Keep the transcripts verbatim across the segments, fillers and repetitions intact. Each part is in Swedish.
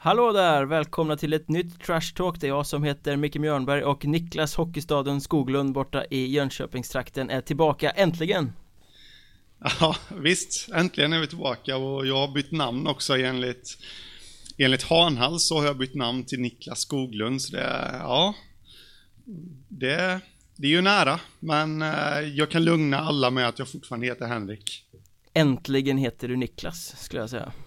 Hallå där, välkomna till ett nytt Trash Talk. Det är jag som heter Micke Mjörnberg och Niklas Hockeystaden Skoglund borta i Jönköpingstrakten är tillbaka äntligen. Ja, visst, äntligen är vi tillbaka och jag har bytt namn också enligt, enligt Hanhals så har jag bytt namn till Niklas Skoglund. Så det, ja, det, det är ju nära, men jag kan lugna alla med att jag fortfarande heter Henrik. Äntligen heter du Niklas, skulle jag säga.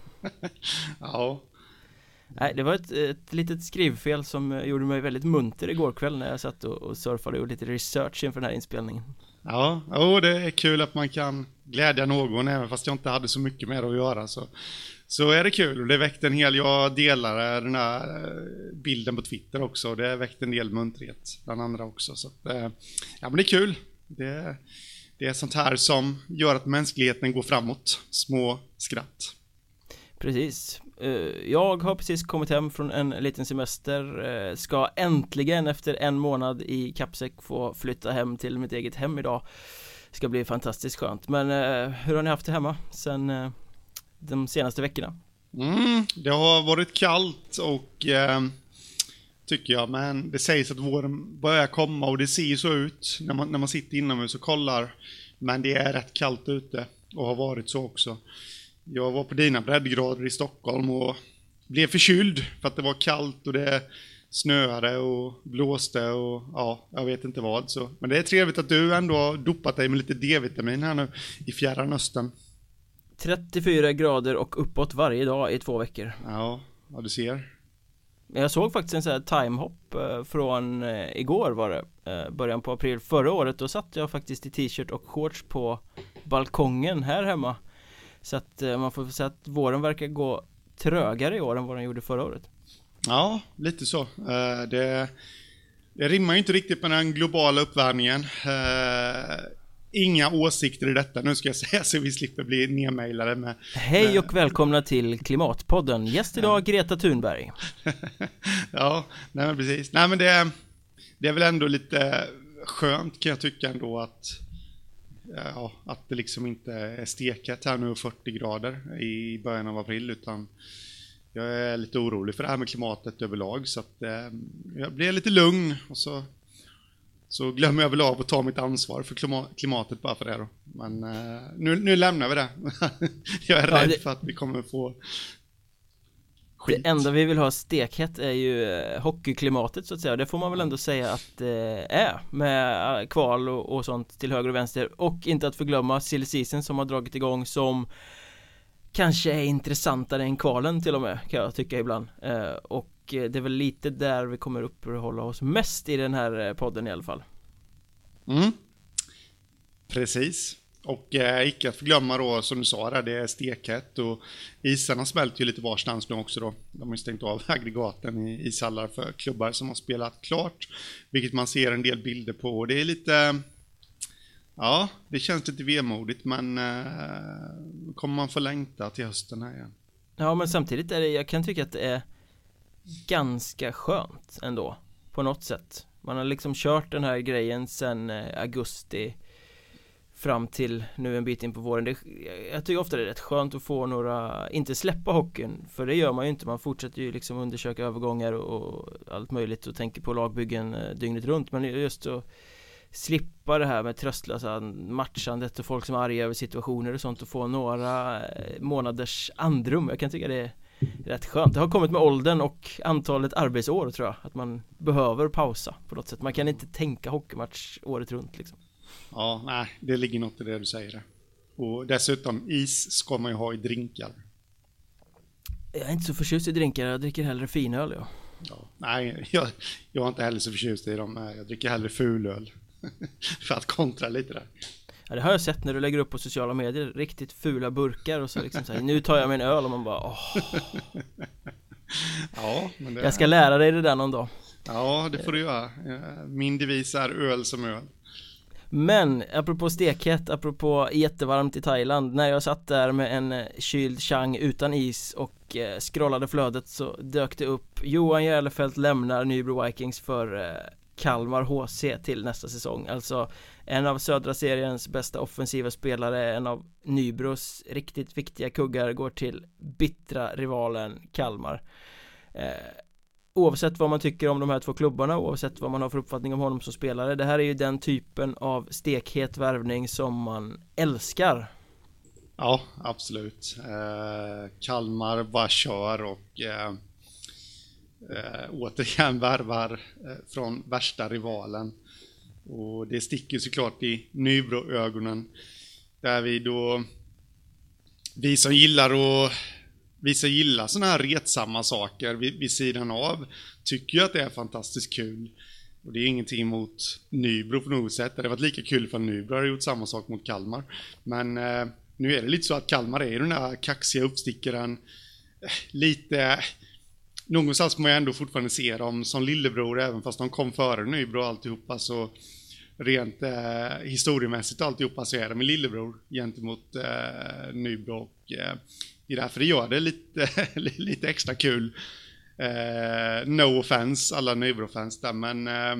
Ja. Nej, det var ett, ett litet skrivfel som gjorde mig väldigt munter igår kväll när jag satt och, och surfade och gjorde lite research inför den här inspelningen. Ja, oh, det är kul att man kan glädja någon även fast jag inte hade så mycket med att göra. Så, så är det kul och det väckte en hel, jag delar den här bilden på Twitter också. Det väckte en del munterhet bland andra också. Så att, ja, men det är kul. Det, det är sånt här som gör att mänskligheten går framåt. Små skratt. Precis. Jag har precis kommit hem från en liten semester. Ska äntligen efter en månad i kappsäck få flytta hem till mitt eget hem idag. Ska bli fantastiskt skönt. Men hur har ni haft det hemma sen de senaste veckorna? Mm, det har varit kallt och eh, tycker jag, men det sägs att våren börjar komma och det ser så ut när man, när man sitter inomhus och kollar. Men det är rätt kallt ute och har varit så också. Jag var på dina breddgrader i Stockholm och blev förkyld för att det var kallt och det snöade och blåste och ja, jag vet inte vad. Så. Men det är trevligt att du ändå har dopat dig med lite D-vitamin här nu i Fjärran Östern. trettiofyra grader och uppåt varje dag i två veckor. Ja, ja du ser. Jag såg faktiskt en sån här timehopp från eh, igår var det, eh, början på april förra året. Då satt jag faktiskt i t-shirt och shorts på balkongen här hemma. Så att eh, man får säga att våren verkar gå trögare i år än vad den gjorde förra året. Ja, lite så. Uh, det, det rimmar ju inte riktigt med den globala uppvärmningen. Uh, inga åsikter i detta, nu ska jag säga så vi slipper bli nedmailade med. Hej och välkomna till Klimatpodden. Gäst idag Greta Thunberg. Ja, nej men precis. Nej men det, det är väl ändå lite skönt kan jag tycka ändå att ja, att det liksom inte är stekat här nu fyrtio grader i början av april, utan jag är lite orolig för det här med klimatet överlag, så att eh, jag blir lite lugn och så, så glömmer jag väl av att ta mitt ansvar för klimatet bara för det då. Men eh, nu, nu lämnar vi det. Jag är ja, rädd det... för att vi kommer få skit. Det enda vi vill ha stekhett är ju hockeyklimatet så att säga. Det får man väl ändå säga att det är med kval och, och sånt till höger och vänster. Och inte att förglömma silly season som har dragit igång, som kanske är intressantare än kvalen till och med, kan jag tycka ibland. eh, Och det är väl lite där vi kommer uppehålla oss mest i den här podden i alla fall. Mm. Precis. Och eh, icke att förglömma då, som du sa där, det är stekhett och isarna smälter ju lite varstans nu också då. De har ju stängt av aggregaten i ishallar för klubbar som har spelat klart, vilket man ser en del bilder på. Och det är lite, ja, det känns lite vemodigt, men eh, kommer man få längta till hösten här igen. Ja, men samtidigt är det, jag kan tycka att det är ganska skönt ändå, på något sätt. Man har liksom kört den här grejen sedan eh, augusti fram till nu en bit in på våren. Det, jag tycker ofta det är rätt skönt att få några, inte släppa hockeyn, för det gör man ju inte. Man fortsätter ju liksom undersöka övergångar och, och allt möjligt och tänker på lagbyggen eh, dygnet runt. Men just att slippa det här med tröstlösa matchandet och folk som är arga över situationer och sånt, och få några eh, månaders andrum. Jag kan tycka det är rätt skönt. Det har kommit med åldern och antalet arbetsår, tror jag, att man behöver pausa på något sätt. Man kan inte tänka hockeymatch året runt liksom. Ja, nej, det ligger något i det du säger. Och dessutom, is ska man ju ha i drinkar. Jag är inte så förtjust i drinkar, jag dricker hellre finöl. Ja. Ja, nej, jag, jag är inte heller så förtjust i dem. Jag dricker hellre fulöl. För att kontra lite där. Ja, det har jag sett när du lägger upp på sociala medier. Riktigt fula burkar och så liksom så här, nu tar jag mig en öl, och man bara åh. Ja, men det... Jag ska lära dig det där någon dag. Ja, det får du göra. Min devis är öl som öl. Men apropå stekhet, apropå jättevarmt i Thailand, när jag satt där med en kyld chang utan is och eh, scrollade flödet, så dök det upp: Johan Järlefelt lämnar Nybro Vikings för eh, Kalmar H C till nästa säsong. Alltså en av södra seriens bästa offensiva spelare, en av Nybros riktigt viktiga kuggar, går till bittra rivalen Kalmar. eh, Oavsett vad man tycker om de här två klubbarna, oavsett vad man har för uppfattning om honom som spelare, det här är ju den typen av stekhet värvning som man älskar. Ja, absolut. Eh, Kalmar bara kör och eh, eh, återigen värvar eh, från värsta rivalen. Och det sticker såklart i Nybro-ögonen. Där vi då, vi som gillar och vi som gillar sådana här retsamma saker vid, vid sidan av, tycker ju att det är fantastiskt kul. Och det är ingenting mot Nybro på något sätt. Det hade varit lika kul för Nybro har gjort samma sak mot Kalmar. Men eh, nu är det lite så att Kalmar är den där kaxiga uppstickaren. Eh, lite... Någonstans må jag ändå fortfarande se dem som lillebror, även fast de kom före Nybro och alltihopa, så rent eh, historiemässigt alltihopa så är de en lillebror gentemot eh, Nybro. Och eh, det är därför det gör det lite, lite extra kul. Eh, no offense alla Nybro-fans där, men eh,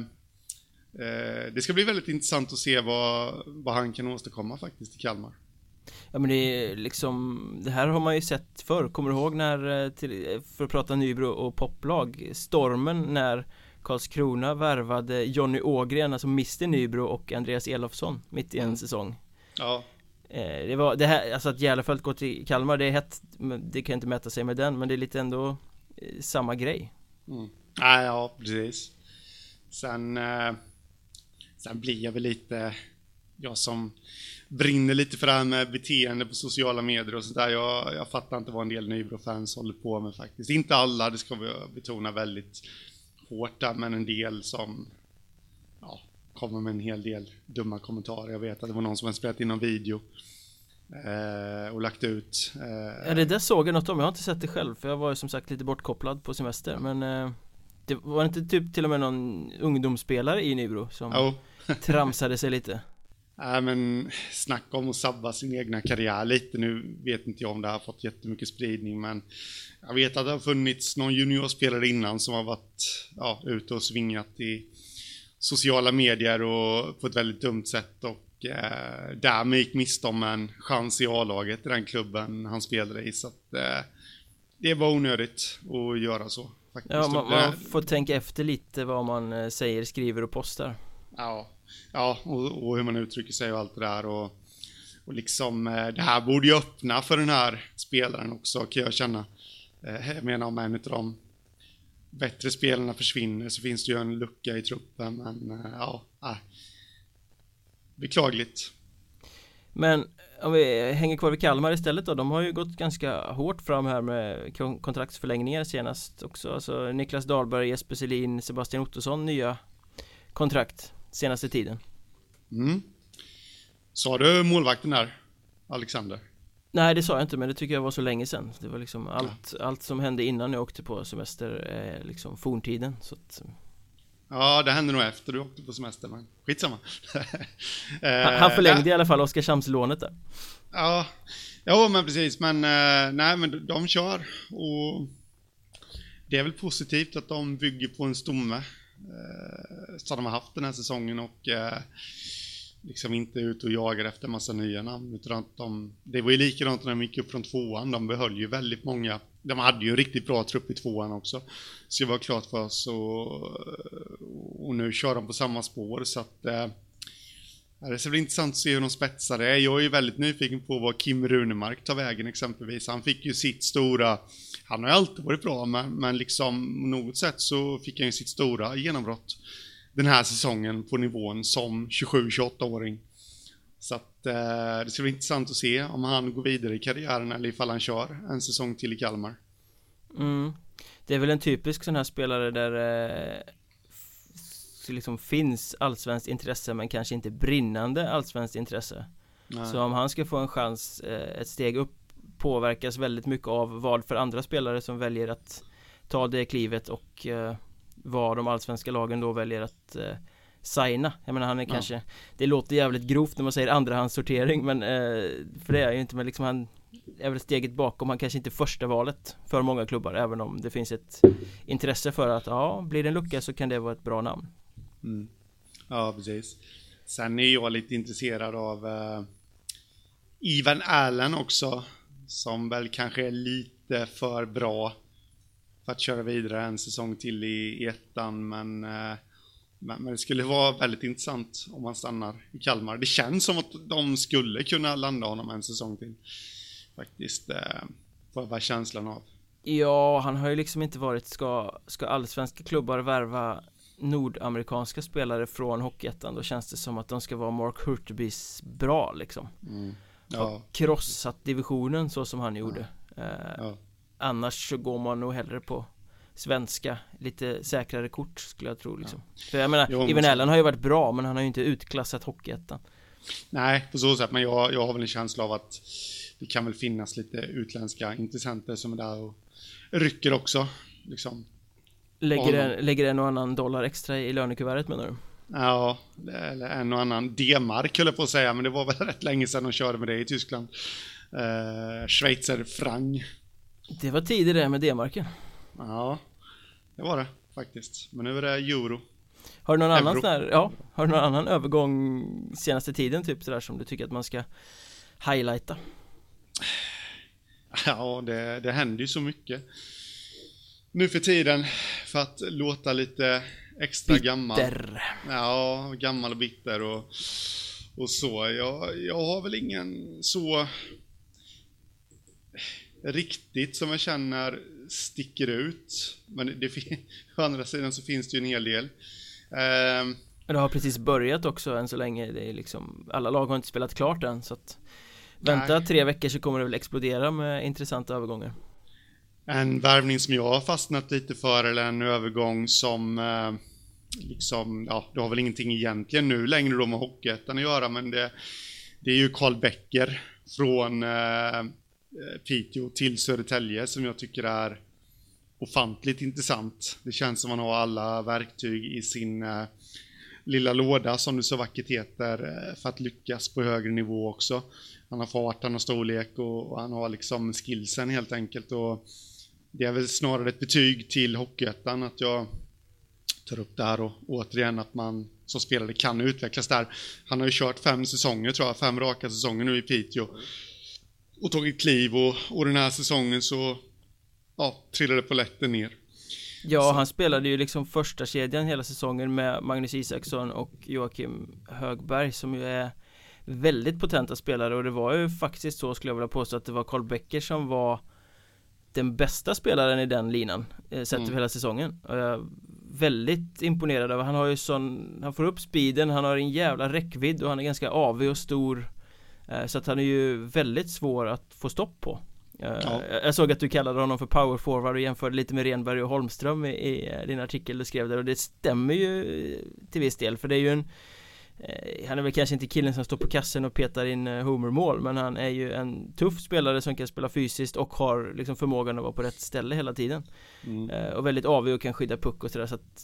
eh, det ska bli väldigt intressant att se vad, vad han kan åstadkomma faktiskt i Kalmar. Ja, men det är liksom, det här har man ju sett förr. Kommer du ihåg när, till, för att prata Nybro och poplag, stormen när Karlskrona värvade Johnny Ågren, alltså mister Nybro, och Andreas Elofsson mitt i en mm. säsong. Ja. Eh, det var det här, alltså att Järlefelt går till Kalmar, det är hett, det kan inte mäta sig med den, men det är lite ändå eh, samma grej. Mm. Ja, ja, precis. Sen eh, sen blir jag väl lite, jag som brinner lite för det här med beteende på sociala medier och sånt där. Jag, jag fattar inte vad en del Nybro-fans håller på med faktiskt. Inte alla, det ska vi betona väldigt hårt där, men en del som ja, kommer med en hel del dumma kommentarer. Jag vet att det var någon som har spelat in någon video eh, och lagt ut. Eh, ja, det där såg jag något om. Jag har inte sett det själv, för jag var ju som sagt lite bortkopplad på semester. Men eh, det var inte typ till och med någon ungdomsspelare i Nybro som oh. tramsade sig lite. Nej, men snacka om att sabba sin egna karriär lite. Nu vet inte jag om det har fått jättemycket spridning, men jag vet att det har funnits någon juniorspelare innan som har varit ja, ute och svingat i sociala medier och på ett väldigt dumt sätt, och eh, därmed gick miste om en chans i A-laget i den klubben han spelade i, så att eh, det var onödigt att göra så faktiskt. Ja, man, man får tänka efter lite vad man säger, skriver och postar. Ja. Ja, och, och hur man uttrycker sig och allt det där, och, och liksom det här borde ju öppna för den här spelaren också, kan jag känna. Jag menar, om en av de bättre spelarna försvinner så finns det ju en lucka i truppen, men ja, äh, beklagligt. Men om vi hänger kvar vid Kalmar istället då, de har ju gått ganska hårt fram här med kontraktsförlängningar senast också. Alltså Niklas Dahlberg, Jesper Selin, Sebastian Ottosson, nya kontrakt senaste tiden. Mm. Sa du målvakten där, Alexander? Nej, det sa jag inte, men det tycker jag var så länge sedan. Det var liksom allt, ja. allt som hände innan jag åkte på semester är liksom forntiden, så att... Ja, det hände nog efter du åkte på semester, men skitsamma. han, han förlängde ja. i alla fall Oskarshamnslånet där. Ja, ja, men precis, men nej, men de, de kör, och det är väl positivt att de bygger på en stomme så de har haft den här säsongen, och eh, liksom inte ut och jagar efter en massa nya namn, utan att de, det var ju likadant när de gick upp från tvåan, de behöll ju väldigt många, de hade ju en riktigt bra trupp i tvåan också, så det var klart för oss, och, och nu kör de på samma spår, så att eh, det ska bli intressant att se hur de spetsar det. Jag är ju väldigt nyfiken på vad Kim Runemark tar vägen exempelvis. Han fick ju sitt stora, han har ju alltid varit bra, men, men liksom på något sätt så fick han ju sitt stora genombrott den här säsongen på nivån som tjugosju tjugoåtta-åring. Så att eh, det ska bli intressant att se om han går vidare i karriären eller ifall han kör en säsong till i Kalmar. Mm. Det är väl en typisk sån här spelare där eh, f- liksom finns allsvenskt intresse, men kanske inte brinnande allsvenskt intresse. Nej. Så om han ska få en chans eh, ett steg upp, påverkas väldigt mycket av vad för andra spelare som väljer att ta det klivet, och eh, vad de allsvenska lagen då väljer att eh, signa. Jag menar, han är ja. kanske, det låter jävligt grovt när man säger andrahandssortering, men eh, för det är ju inte, men liksom han är väl steget bakom, han kanske inte första valet för många klubbar, även om det finns ett intresse för att ja, blir det en lucka så kan det vara ett bra namn. Mm. Ja, precis. Sen är jag lite intresserad av uh, Ivan Allen också, som väl kanske är lite för bra för att köra vidare en säsong till i, i ettan, men, eh, men, men det skulle vara väldigt intressant om han stannar i Kalmar. Det känns som att de skulle kunna landa honom en säsong till. Faktiskt, eh, får jag bara känslan av. Ja, han har ju liksom inte varit, ska, ska allsvenska klubbar värva nordamerikanska spelare från Hockeyettan, då känns det som att de ska vara Mark Hurtubys bra liksom. Mm. Ja. Har krossat divisionen så som han gjorde. Ja. Eh, Ja. Annars så går man nog hellre på svenska, lite säkrare kort skulle jag tro liksom. Ja. För jag menar, Jo, Even Allen har ju varit bra, men han har ju inte utklassat Hockeyettan. Nej, på så sätt, men jag, jag har väl en känsla av att det kan väl finnas lite utländska intressenter som är där och rycker också liksom. Lägger en, lägger en och annan dollar extra i lönekuvertet, menar du? Ja, eller en och annan D-mark höll jag på att säga, men det var väl rätt länge sedan de körde med det i Tyskland. eh, Schweizer franc. Det var tidigt det med D-marken. Ja, det var det faktiskt. Men nu är det euro. Har du någon Euro. annan sån här, ja, har du någon annan övergång senaste tiden typ sådär som du tycker att man ska highlighta? Ja, det, det händer ju så mycket nu för tiden, för att låta lite extra Bitter. gammal. Ja, gammal och bitter och, och så. Jag, jag har väl ingen så riktigt som jag känner sticker ut. Men det, det, å andra sidan så finns det ju en hel del. Um, Men det har precis börjat också än så länge. Det är liksom, alla lag har inte spelat klart än, så att vänta nej. tre veckor så kommer det väl explodera med intressanta övergångar. En värvning som jag har fastnat lite för, eller en övergång som eh, liksom, ja, det har väl ingenting egentligen nu längre då med Hockeyettan att göra, men det, det är ju Carl Becker från eh, Piteå till Södertälje som jag tycker är ofantligt intressant. Det känns som man har alla verktyg i sin eh, lilla låda, som det så vackert heter, eh, för att lyckas på högre nivå också. Han har fart, han har storlek och, och han har liksom skillsen helt enkelt, och det är väl snarare ett betyg till Hockeyettan att jag tar upp det här, och återigen att man som spelare kan utvecklas där. Han har ju kört fem säsonger, tror jag, fem raka säsonger nu i Piteå och tagit kliv, och, och den här säsongen så ja, trillade polletten ner. Ja, så. Han spelade ju liksom första kedjan hela säsongen med Magnus Isaksson och Joakim Högberg, som ju är väldigt potenta spelare, och det var ju faktiskt så, skulle jag vilja påstå, att det var Carl Becker som var den bästa spelaren i den linan eh, sett över Mm. hela säsongen. Och jag är väldigt imponerad över, han har ju sån, han får upp speeden, han har en jävla räckvidd och han är ganska avig och stor, eh, så att han är ju väldigt svår att få stopp på. eh, Ja. Jag såg att du kallade honom för power forward och jämförde lite med Renberg och Holmström i, i din artikel du skrev där, och det stämmer ju till viss del, för det är ju en han är väl kanske inte killen som står på kassen och petar in homermål, men han är ju en tuff spelare som kan spela fysiskt och har liksom förmågan att vara på rätt ställe hela tiden. Mm. Och väldigt avig och kan skydda puck och sådär, så att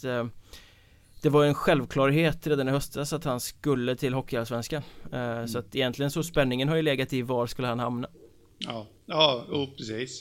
det var en självklarhet redan i höstas att han skulle till Hockeyallsvenskan. Mm. Så att egentligen så spänningen har ju legat i var skulle han hamna. Ja, ja oh, precis.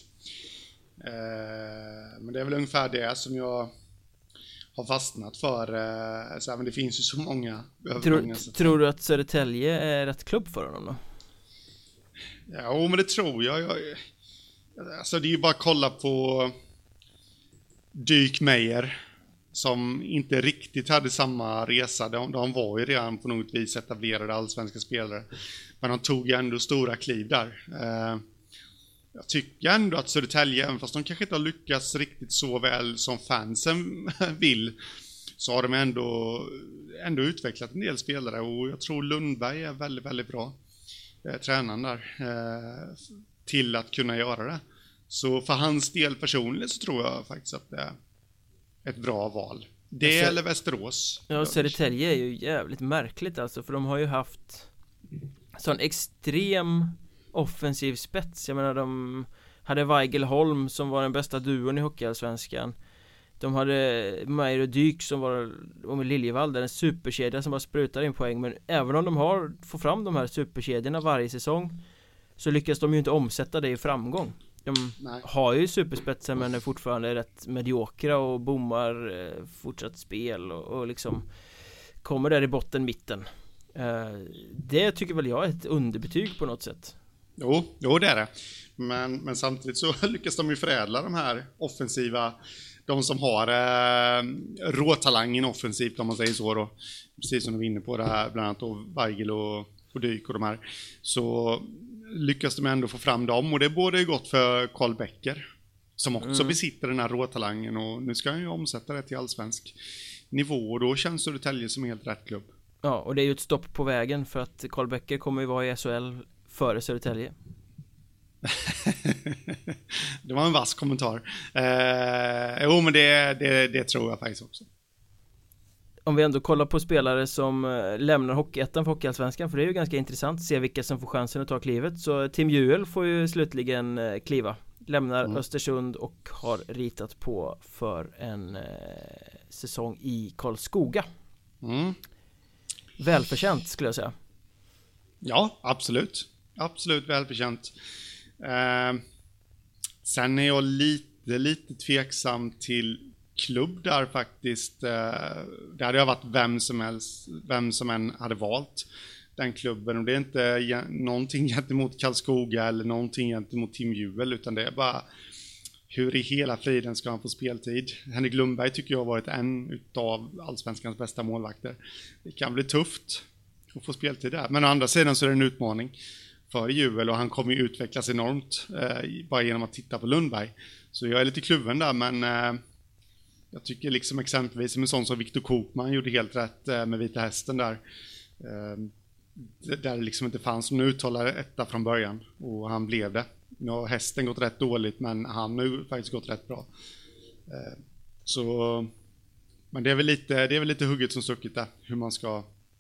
Eh, men det är väl ungefär det som jag har fastnat för, eh, så här, men det finns ju så många Tror, tror du att Södertälje är rätt klubb för honom då? Ja, men det tror jag. jag alltså det är ju bara att kolla på Dyk Meyer, som inte riktigt hade samma resa. De, de var ju redan på något vis etablerade allsvenska spelare, men de tog ju ändå stora kliv där. Eh, jag tycker ändå att Södertälje, även fast de kanske inte har lyckats riktigt så väl som fansen vill, så har de ändå, ändå utvecklat en del spelare, och jag tror Lundberg är väldigt, väldigt bra eh, tränaren där eh, till att kunna göra det. Så för hans del personligen så tror jag faktiskt att det är ett bra val. Det ser... eller Västerås. Ja, Södertälje är ju jävligt märkligt alltså, för de har ju haft sån extrem offensiv spets. Jag menar, de hade Weigelholm som var den bästa duon i Hockeyallsvenskan. De hade Meyer och Dyk som var, och med Liljevall där, en superkedja som bara sprutar in poäng. Men även om de har får fram de här superkedjorna varje säsong, så lyckas de ju inte omsätta det i framgång. De Nej. har ju superspetsen, men är fortfarande rätt mediokra och bommar eh, fortsatt spel och, och liksom kommer där i botten, mitten. eh, Det tycker väl jag är ett underbetyg på något sätt. Jo, jo det är det. Men, men samtidigt så lyckas de ju förädla de här offensiva, de som har eh, råtalangen offensivt om man säger så då. Precis som du är inne på det här, bland annat då Weigel och, och Dyk och de här. Så lyckas de ändå få fram dem, och det borde ju gott för Karl Becker som också mm. besitter den här råtalangen, och nu ska han ju omsätta det till allsvensk nivå, och då känns Södertälje som helt rätt klubb. Ja, och det är ju ett stopp på vägen, för att Karl Becker kommer ju vara i S H L före Södertälje. Det var en vass kommentar. eh, Jo men det, det, det tror jag faktiskt också. Om vi ändå kollar på spelare som lämnar Hockeyettan för Hockeyallsvenskan, för det är ju ganska intressant att se vilka som får chansen att ta klivet. Så Tim Juel får ju slutligen kliva, lämnar mm. Östersund och har ritat på för en eh, säsong i Karlskoga. mm. Välförtjänt skulle jag säga. Ja, absolut. Absolut välförtjänt. Eh, sen är jag lite, lite tveksam till klubb där faktiskt. Eh, det hade jag varit vem som helst, vem som än hade valt den klubben. Och det är inte någonting gentemot Karlskoga eller någonting gentemot Tim Juel, utan det är bara hur i hela friden ska han få speltid. Henrik Lundberg tycker jag har varit en av allsvenskans bästa målvakter. Det kan bli tufft att få speltid där. Men å andra sidan så är det en utmaning för Juel, och han kommer ju utvecklas enormt eh, bara genom att titta på Lundberg. Så jag är lite kluven där, men eh, jag tycker liksom exempelvis med sån som Viktor Kokman gjorde helt rätt eh, med Vita Hästen där. Eh, där det liksom inte fanns någon uttalare etta från början, och han blev det. Nu har hästen gått rätt dåligt, men han har ju faktiskt gått rätt bra. Eh, så men det är väl lite, det är väl lite hugget som stucket där, hur man ska.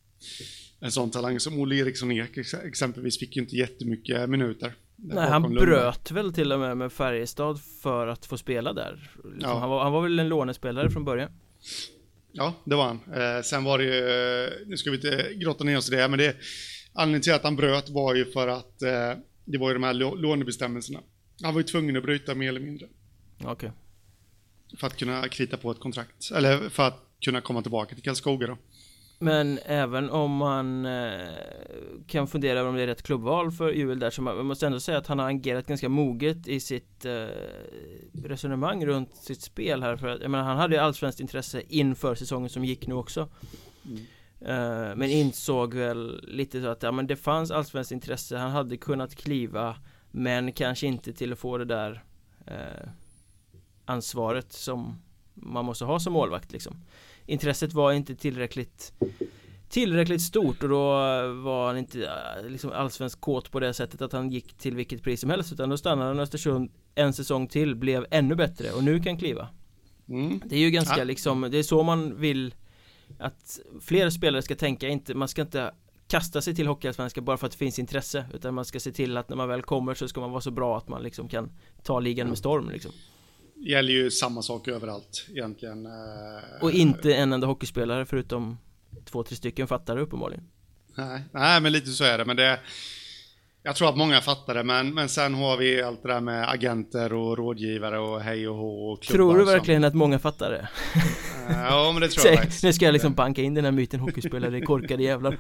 En sån talang som Olle Eriksson Ek exempelvis fick ju inte jättemycket minuter. Nej, han Lundberg. bröt väl till och med med Färjestad för att få spela där. Liksom, ja. han, var, han var väl en lånespelare från början. Ja, det var han. Eh, sen var det ju, nu ska vi inte grotta ner oss i det, men det, anledningen till att han bröt var ju för att eh, det var ju de här lånebestämmelserna. Han var ju tvungen att bryta mer eller mindre. Okej. Okay. För att kunna krita på ett kontrakt. Eller för att kunna komma tillbaka till Karlskoga då. Men även om man eh, kan fundera över om det är rätt klubbval för Juel där, så man måste ändå säga att han har agerat ganska moget i sitt eh, resonemang runt sitt spel här. För att, jag menar, han hade ju allsvenskt intresse inför säsongen som gick nu också. Mm. Eh, men insåg väl lite så att ja, men det fanns allsvenskt intresse. Han hade kunnat kliva, men kanske inte till att få det där eh, ansvaret som man måste ha som målvakt liksom. Intresset var inte tillräckligt tillräckligt stort, och då var han inte liksom allsvensk kåt på det sättet att han gick till vilket pris som helst, utan då stannade han i Östersund en säsong till, blev ännu bättre och nu kan kliva. Mm. Det är ju ganska ja. liksom, det är så man vill att fler spelare ska tänka. Inte, man ska inte kasta sig till Hockeyallsvenskan bara för att det finns intresse, utan man ska se till att när man väl kommer så ska man vara så bra att man liksom kan ta ligan med storm liksom. Det gäller ju samma sak överallt egentligen. Och inte en enda hockeyspelare förutom två, tre stycken fattar det uppenbarligen. Nej, nej, men lite så är det. Men det, jag tror att många fattar det. Men, men sen har vi allt det där med agenter och rådgivare och hej och hå och klubbar. Tror du verkligen som... att många fattar det? Ja, men det tror jag faktiskt. Nu ska jag liksom banka in den här myten hockeyspelare, korkade jävlar.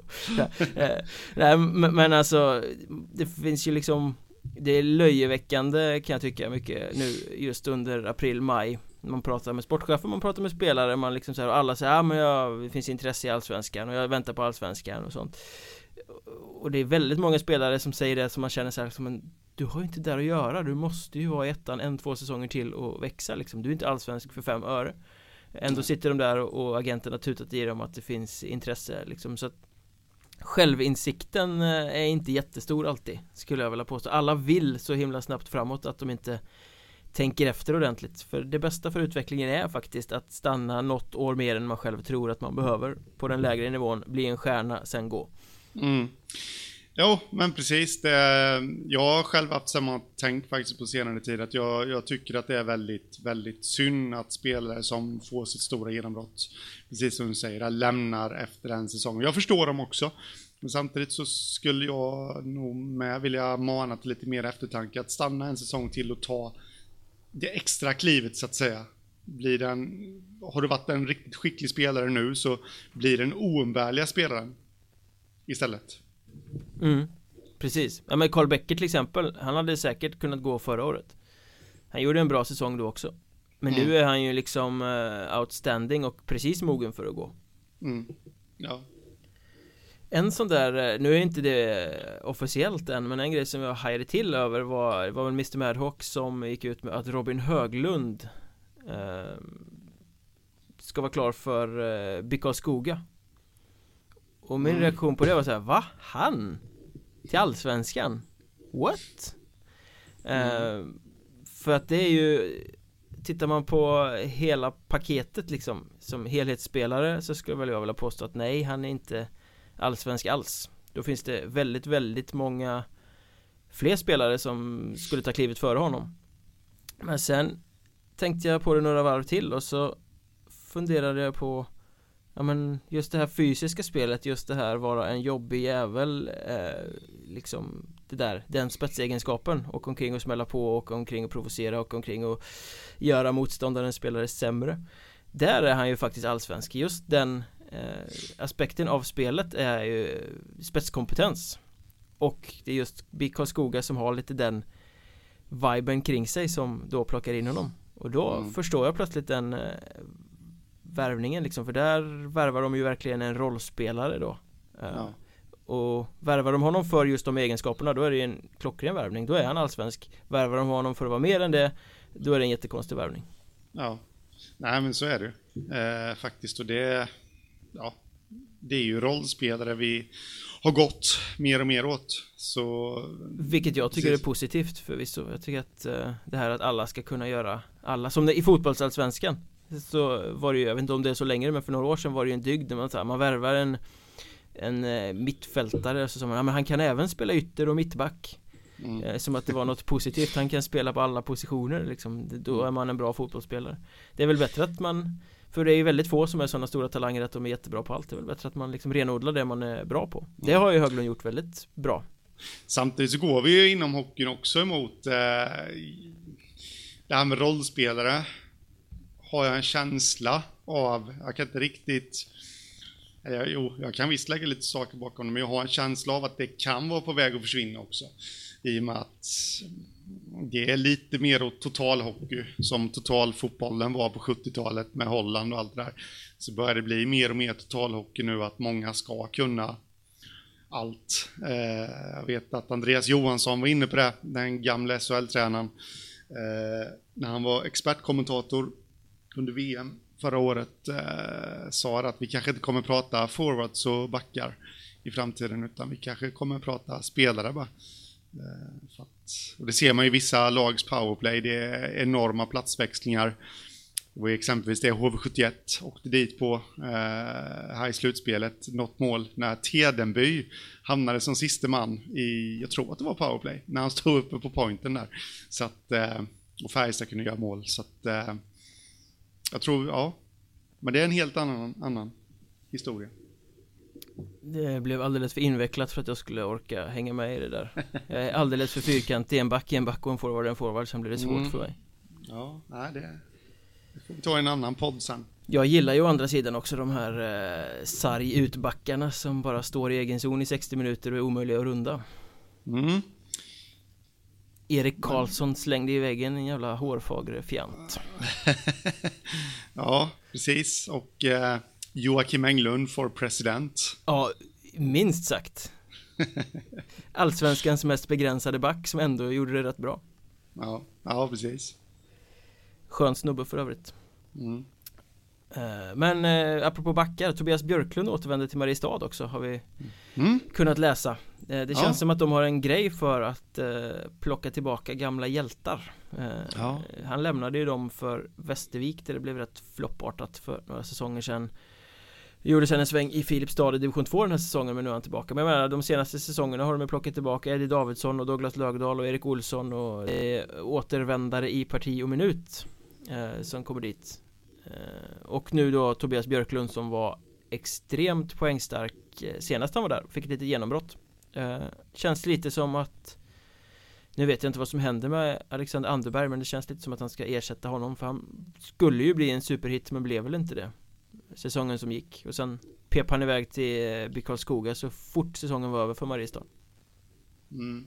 Nej, men, men alltså, det finns ju liksom... Det är löjeväckande kan jag tycka mycket nu just under april, maj. Man pratar med sportchefer, man pratar med spelare, man liksom så här, och alla säger ja, men jag, det finns intresse i allsvenskan och jag väntar på allsvenskan och sånt. Och det är väldigt många spelare som säger det, som man känner så här, som en, du har ju inte där att göra, du måste ju vara i ettan en, två säsonger till och växa liksom. Du är inte allsvensk för fem öre. Ändå sitter de där och, och agenterna tutat i dem att det finns intresse liksom, så att självinsikten är inte jättestor alltid, skulle jag vilja påstå. Alla vill så himla snabbt framåt att de inte tänker efter ordentligt. För det bästa för utvecklingen är faktiskt att stanna något år mer än man själv tror att man behöver på den lägre nivån, bli en stjärna, sen gå. Mm. Jo, men precis det, jag har själv haft samma tänk faktiskt på senare tid, att jag, jag tycker att det är väldigt, väldigt synd att spelare som får sitt stora genombrott, precis som du säger, lämnar efter en säsong. Jag förstår dem också, men samtidigt så skulle jag nog med vilja mana till lite mer eftertanke, att stanna en säsong till och ta det extra klivet så att säga. Blir den, har du varit en riktigt skicklig spelare nu, så blir den oumbärliga spelaren istället. Mm, Precis, ja, men Carl Becker till exempel, han hade säkert kunnat gå förra året. Han gjorde en bra säsong då också. Men mm. nu är han ju liksom uh, outstanding och precis mogen för att gå. Mm. Ja. En sån där, nu är inte det officiellt än, men en grej som jag hajade till över var, var väl mister Madhawk som gick ut med att Robin Höglund uh, ska vara klar för uh, B K Skoga. Och min mm. reaktion på det var så här: va? Han? Till Allsvenskan? What? Mm. Uh, för att det är ju, tittar man på hela paketet liksom, som helhetsspelare, så skulle väl jag vilja påstå att nej, han är inte allsvensk alls. Då finns det väldigt, väldigt många fler spelare som skulle ta klivet före honom. Men sen tänkte jag på det några varv till och så funderade jag på, ja men just det här fysiska spelet, just det här vara en jobbig jävel, eh, liksom det där, den spetsegenskapen, och omkring och smälla på och omkring och provocera och omkring och göra motståndarens spelare sämre. Där är han ju faktiskt allsvensk. Just den eh, aspekten av spelet är ju spetskompetens. Och det är just B K Skoga som har lite den viben kring sig som då plockar in honom. Och då mm. förstår jag plötsligt den eh, värvningen liksom, för där värvar de ju verkligen en rollspelare då. Ja. Uh, och värvar de honom för just de egenskaperna, då är det ju en klockren värvning. Då är han allsvensk. Värvar de honom för att vara mer än det, då är det en jättekonstig värvning. Ja, nej men så är det eh, faktiskt. Och det, ja, det är ju rollspelare vi har gått mer och mer åt. Så, vilket jag tycker precis. är positivt förvisso. Jag tycker att uh, det här att alla ska kunna göra alla, som det i fotbollsallsvenskan. Så var det ju, jag vet inte om det är så länge, men för några år sedan var det ju en dygd när man, så här, man värvar en en eh, mittfältare, så som man, ja, men han kan även spela ytter och mittback. Mm. Eh, som att det var något positivt. Han kan spela på alla positioner liksom. Då är man en bra fotbollsspelare. Det är väl bättre att man, för det är ju väldigt få som är sådana stora talanger att de är jättebra på allt. Det är väl bättre att man liksom renodlar det man är bra på. Det har ju Höglund gjort väldigt bra. Samtidigt så går vi ju inom hockeyn också emot eh, det här med rollspelare. Har jag en känsla av, jag kan inte riktigt, jag, jo, jag kan visst lägga lite saker bakom det, men jag har en känsla av att det kan vara på väg att försvinna också. I och med att det är lite mer åt totalhockey, som totalfotbollen var på sjuttiotalet med Holland och allt det där. Så börjar det bli mer och mer totalhockey nu, att många ska kunna allt. Eh, jag vet att Andreas Johansson var inne på det, den gamla S H L-tränaren, eh, när han var expertkommentator under V M förra året, eh, sa att vi kanske inte kommer prata forwards och backar i framtiden, utan vi kanske kommer prata spelare bara. Eh, för att, och det ser man ju i vissa lags powerplay, det är enorma platsväxlingar. Och exempelvis det H V sjuttioett åkte dit på eh, här i slutspelet, något mål när Tedenby hamnade som sista man i, jag tror att det var powerplay, när han stod uppe på pointen där. Så att, eh, och Färjestad kunde göra mål, så att eh, jag tror, ja. Men det är en helt annan, annan historia. Det blev alldeles för invecklat för att jag skulle orka hänga med i det där. Jag är alldeles för fyrkantig, en back, en back och en forward, en forward, sen blir det svårt mm. för mig. Ja, nej, det, det får vi ta en annan podd sen. Jag gillar ju å andra sidan också de här eh, sarg-utbackarna som bara står i egen zon i sextio minuter och är omöjliga att runda. Mm. Erik Karlsson slängde i väggen en jävla hårfagre fjant. Ja, precis. Och eh, Joakim Englund för president. Ja, minst sagt. Allsvenskans mest begränsade back som ändå gjorde det rätt bra. Ja, ja precis. Skön snubbe för övrigt. Mm. Men eh, apropå backar, Tobias Björklund återvände till Mariestad också, har vi mm. kunnat läsa. eh, Det känns ja. som att de har en grej för att eh, plocka tillbaka gamla hjältar. eh, ja. Han lämnade ju dem för Västervik, där det blev rätt floppartat för några säsonger sedan. Gjorde sen en sväng i Filipstad i division två den här säsongen, men nu är han tillbaka. Men jag menar, de senaste säsongerna har de plockat tillbaka Eddie Davidsson och Douglas Lögdahl och Erik Olsson och eh, återvändare i parti och minut eh, som kommer dit. Uh, och nu då Tobias Björklund som var extremt poängstark uh, senast han var där, fick ett litet genombrott. uh, Känns lite som att, nu vet jag inte vad som händer med Alexander Anderberg, men det känns lite som att han ska ersätta honom, för han skulle ju bli en superhit men blev väl inte det säsongen som gick. Och sen pep han iväg till uh, B K Skoga så fort säsongen var över för Mariestad. Mm.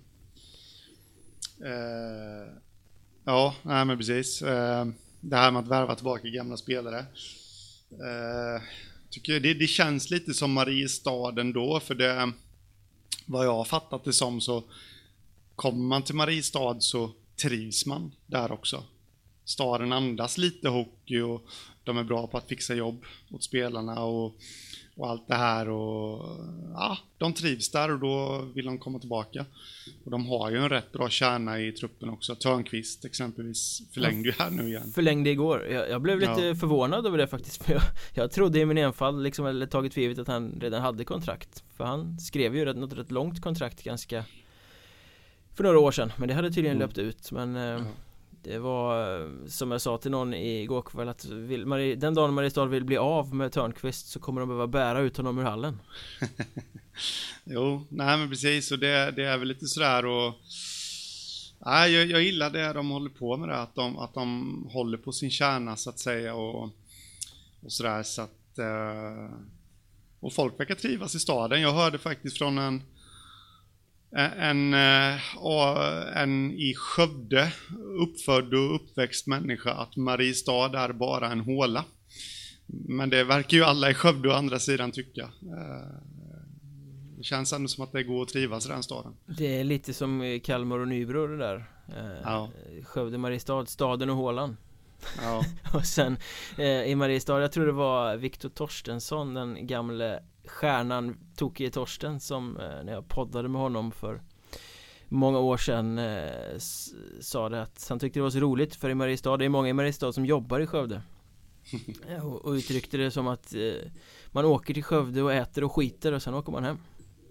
Uh, ja, nej men precis. Uh, det här med att värva tillbaka gamla spelare. Uh, tycker det, det känns lite som Mariestad ändå, för det, vad jag har fattat det som, så kommer man till Mariestad så trivs man där också. Staden andas lite hockey och de är bra på att fixa jobb åt spelarna och, och allt det här, och ja, de trivs där och då vill de komma tillbaka. Och de har ju en rätt bra kärna i truppen också. Törnqvist exempelvis förlängde ju här nu igen. Förlängde igår. Jag, jag blev lite Ja. förvånad över det faktiskt, för jag, jag trodde i min enfald liksom, eller tagit för givet att han redan hade kontrakt. För han skrev ju rätt, något rätt långt kontrakt ganska för några år sedan, men det hade tydligen mm. löpt ut. Men eh, ja. Det var, som jag sa till någon igår kväll, att vill, Marie, den dagen Mariestad vill bli av med Törnqvist så kommer de behöva bära ut honom ur hallen. Jo, nej men precis, och det, det är väl lite sådär, och nej, jag, jag gillar det de håller på med det, att de, att de håller på sin kärna så att säga, och, och sådär, så att eh, och folk verkar trivas i staden. Jag hörde faktiskt från en En, en i Skövde uppfödd och uppväxt människa att Mariestad är bara en håla. Men det verkar ju alla i Skövde å andra sidan tycka. Det känns ändå som att det går att trivas i den staden. Det är lite som Kalmar och Nybro det där. Ja. Skövde, Mariestad, staden och hålan. Ja. Och sen i Mariestad, jag tror det var Viktor Torstensson, den gamle stjärnan Tokige Torsten, som eh, när jag poddade med honom för många år sedan eh, s- sa det att han tyckte det var så roligt, för i Mariestad, det är många i Mariestad som jobbar i Skövde. och, och uttryckte det som att eh, man åker till Skövde och äter och skiter och sen åker man hem.